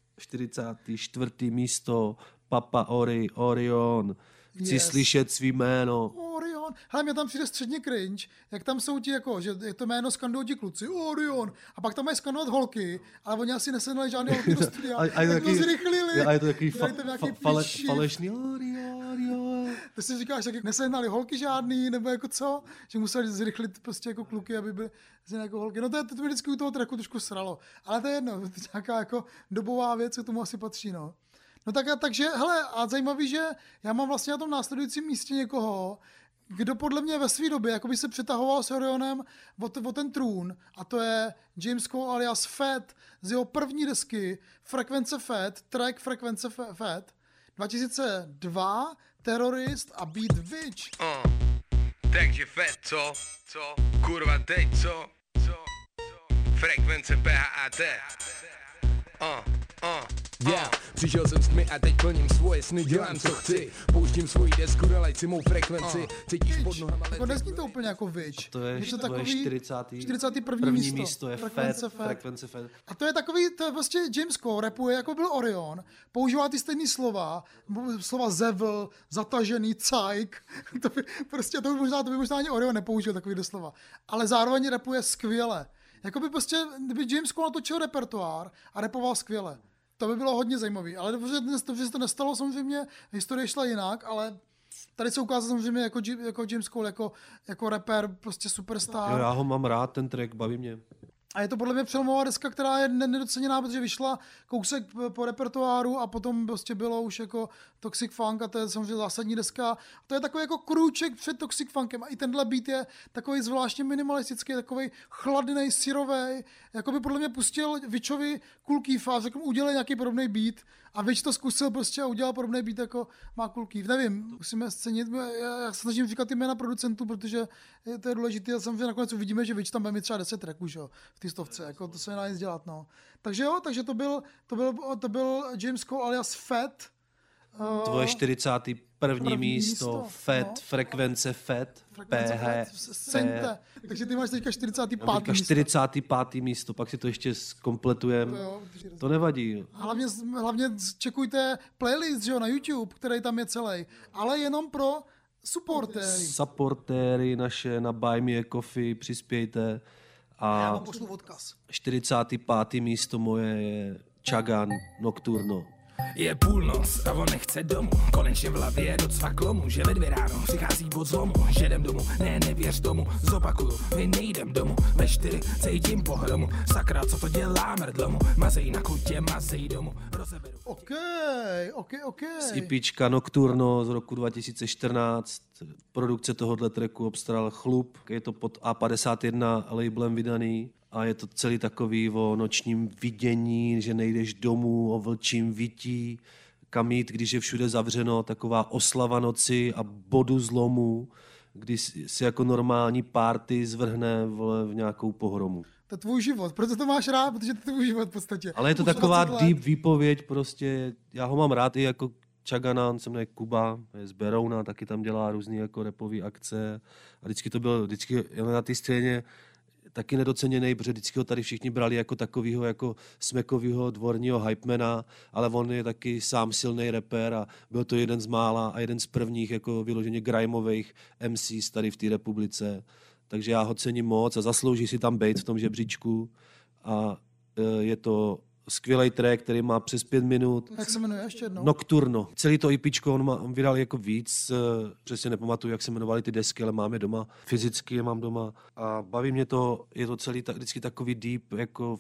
44. místo, Papa Ori, Orion. Chci slyšet svý jméno. Orion. Hele, mě tam přijde středně cringe, jak tam jsou ti jako, že je to jméno skandují ti kluci, Orion. A pak tam mají skandovat holky, ale oni asi nesehnali žádné holky do studia. Tak to zrychlili. A je to takový falešný Orion. To si říkáš, jak nesehnali holky žádný, nebo jako co? Že museli zrychlit prostě jako kluky, aby byly jako holky. No to mi vždycky u toho tracku trošku sralo. Ale to je jedno, to je nějaká jako dobová věc, co tomu asi patří, no. No takže, hele, a zajímavý, že já mám vlastně na tom následujícím místě někoho, kdo podle mě ve své době jakoby se přetahoval s Orionem o ten trůn, a to je James Cole alias Fat z jeho první desky Frekvence Fat, track Frekvence Fat, 2002, Terrorist a Beat Witch. Takže Fat, co? Kurva teď, co? Frekvence PHAT. Přišel jsem s tmy a teď plním svoje sny, dělám co chci. Pouštím svoji desku, nalej si mou frekvenci. Cítíš pod nohama. Jako nezní to úplně jako Witch. To je, to takový 41. místo je frekvence FET. A to je takový, to je prostě James Cole rapuje, jako byl Orion, používá ty stejný slova zevl, zatažený, cajk, to by možná ani Orion nepoužil takový doslova, ale zároveň rapuje skvěle. Jakoby prostě, kdyby James Cole natočil repertoár a rapoval skvěle, to by bylo hodně zajímavý, ale protože se to nestalo, samozřejmě historie šla jinak, ale tady se ukázal samozřejmě jako James Cole, jako rapper, prostě superstar. Jo, já ho mám rád, ten track, baví mě. A je to podle mě přelomová deska, která je nedoceněná, protože vyšla kousek po repertoáru a potom prostě bylo už jako Toxic Funk a to je samozřejmě zásadní deska. A to je takový jako krůček před Toxic Funkem a i tenhle beat je takový zvláštně minimalistický, takový chladný, syrový. Jako by podle mě pustil Witchovi Kool Keith a řekl, udělej nějaký podobný beat a Witch to zkusil prostě a udělal podobný beat jako má Kool Keith. Nevím, musíme scenit, já se snažím říkat jména producentů, protože to je důležité a samozřejmě nakonec uvidíme, že Witch tam bude mít třeba 10 tracků, že jo, v té stovce, jako to se nedá nic dělat, no. Takže jo, takže to byl James Cole alias Fat. Tvoje 41. místo, FET, no. Frekvence FET, PH, takže ty máš teďka 45. místo. 45. místo, pak si to ještě zkompletujeme. To nevadí. Hlavně čekujte playlist, že jo, na YouTube, který tam je celý, ale jenom pro supportéry naše na Buy Me a Coffee, přispějte. A já vám pošlu odkaz. 45. místo moje je Chagan Nocturno. Je půlnoc a on nechce domů, konečně v hlavě docvak lomu, že ve 2 ráno přichází od zlomu, že jdem domů, nevěř tomu, zopakuju, my nejdem domů, ve 4 cítím pohromu, sakra, co to dělá mrdlomu, mazej na kutě, mazej domů, rozeberu. OK. Z IPčka Nocturno z roku 2014, produkce tohohle tracku obstaral Chlup, je to pod A51 labelem vydaný. A je to celý takový o nočním vidění, že nejdeš domů, o vlčím vití, kam jít, když je všude zavřeno, taková oslava noci a bodu zlomu, kdy si jako normální party zvrhne v nějakou pohromu. To je tvůj život, proto to máš rád, protože to je tvůj život v podstatě. Ale je to taková deep výpověď, prostě já ho mám rád i jako Chagana, on se jmenuje Kuba, je z Berouna, taky tam dělá různý jako rapové akce a vždycky na té scéně taky nedoceněný, protože vždycky ho tady všichni brali jako takovýho jako smekovýho dvorního hypemana, ale on je taky sám silný rapper a byl to jeden z mála a jeden z prvních jako vyloženě grimeových MCs tady v té republice. Takže já ho cením moc a zaslouží si tam být v tom žebříčku a je to skvělý track, který má přes 5 minut. Jak se jmenuje ještě jednou? Nocturno. Celý to EPčko, on vydal jako víc, přesně nepamatuju, jak se jmenovaly ty desky, ale mám je doma, fyzicky je mám doma a baví mě to, je to celý vždycky takový deep, jako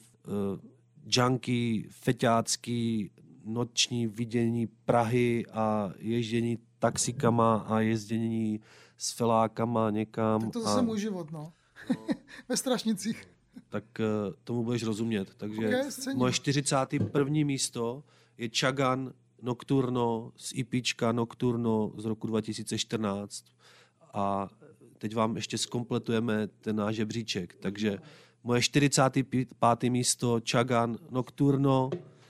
junkie, feťácký, noční vidění Prahy a ježdění taxikama a jezdění s felákama někam. Tak to zase můj život, no. Ve Strašnicích. Tak tomu budeš rozumět. Takže moje 41. místo je Chagan Nocturno z EPčka Nocturno z roku 2014 a teď vám ještě zkompletujeme ten náš žebříček. Takže moje 45. místo Chagan Nocturno,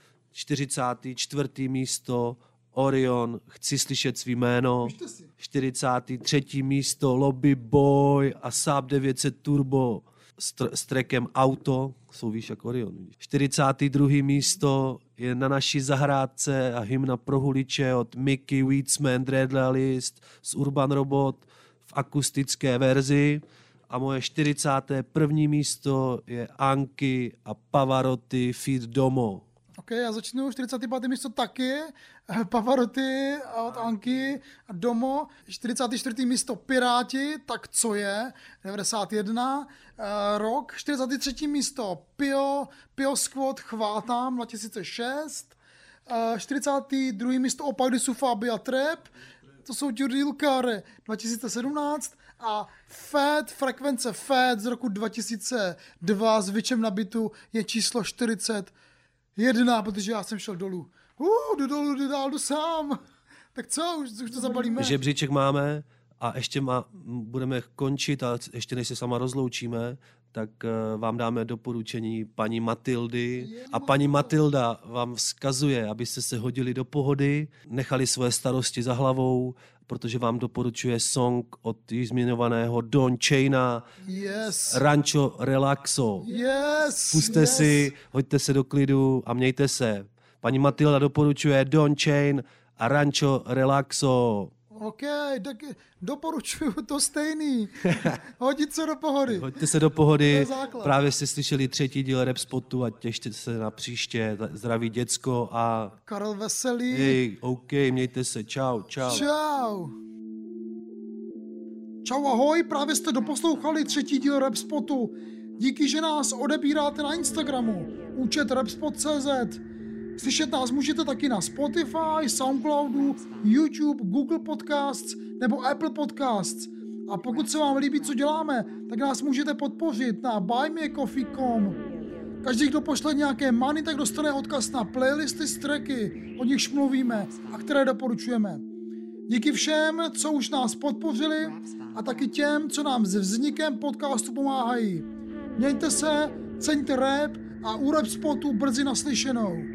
44. místo Orion, Chci slyšet svý jméno, 43. místo Lobby Boy a Saab 900 Turbo s trackem Auto, jsou víš jak Orion. 42. místo je Na naší zahrádce a hymna pro huliče od Mickey Weedsman, Dreadlist z Urban Robot v akustické verzi. A moje 41. místo je Anky a Pavarotti feat. Domo. OK, já začnu 45. místo taky. Pavarotti od Anky a Domo. 44. místo Piráti, tak co je? 91. Rok. 43. místo Pio Squad Chvátám 2006. 42. místo Opak Disu Fabia Trap. To jsou Real Car 2017 a Fat, frekvence Fat z roku 2002 s Witchem na bitu je číslo 41, protože já jsem šel dolů. Jdu sám. Tak co, už to zabalíme. Žebříček máme a ještě budeme končit a ještě než se sama rozloučíme, tak vám dáme doporučení paní Matildy. A paní Matilda vám vzkazuje, abyste se hodili do pohody, nechali svoje starosti za hlavou, protože vám doporučuje song od již zmiňovaného Don Chaina, Yes. Rancho Relaxo. Yes. Puste si, hoďte se do klidu a mějte se. Paní Matilda doporučuje Don Chain a Rancho Relaxo. OK, tak doporučuju to stejný. Hodit se do pohody. Hoďte se do To pohody. je základ. Právě jste slyšeli 3. díl Rap Spotu a těšte se na příště. Zdraví děcko a... Karel Veselý. Hej, OK, mějte se. Čau, čau. Čau. Čau, ahoj, právě jste doposlouchali 3. díl Rap Spotu. Díky, že nás odebíráte na Instagramu. Účet rapspot.cz. Slyšet nás můžete taky na Spotify, Soundcloudu, YouTube, Google Podcasts nebo Apple Podcasts. A pokud se vám líbí, co děláme, tak nás můžete podpořit na buymeacoffee.com. Každý, kdo pošle nějaké money, tak dostane odkaz na playlisty s tracky, o nichž mluvíme a které doporučujeme. Díky všem, co už nás podpořili a taky těm, co nám se vznikem podcastu pomáhají. Mějte se, ceňte rap a u Rap Spotu brzy naslyšenou.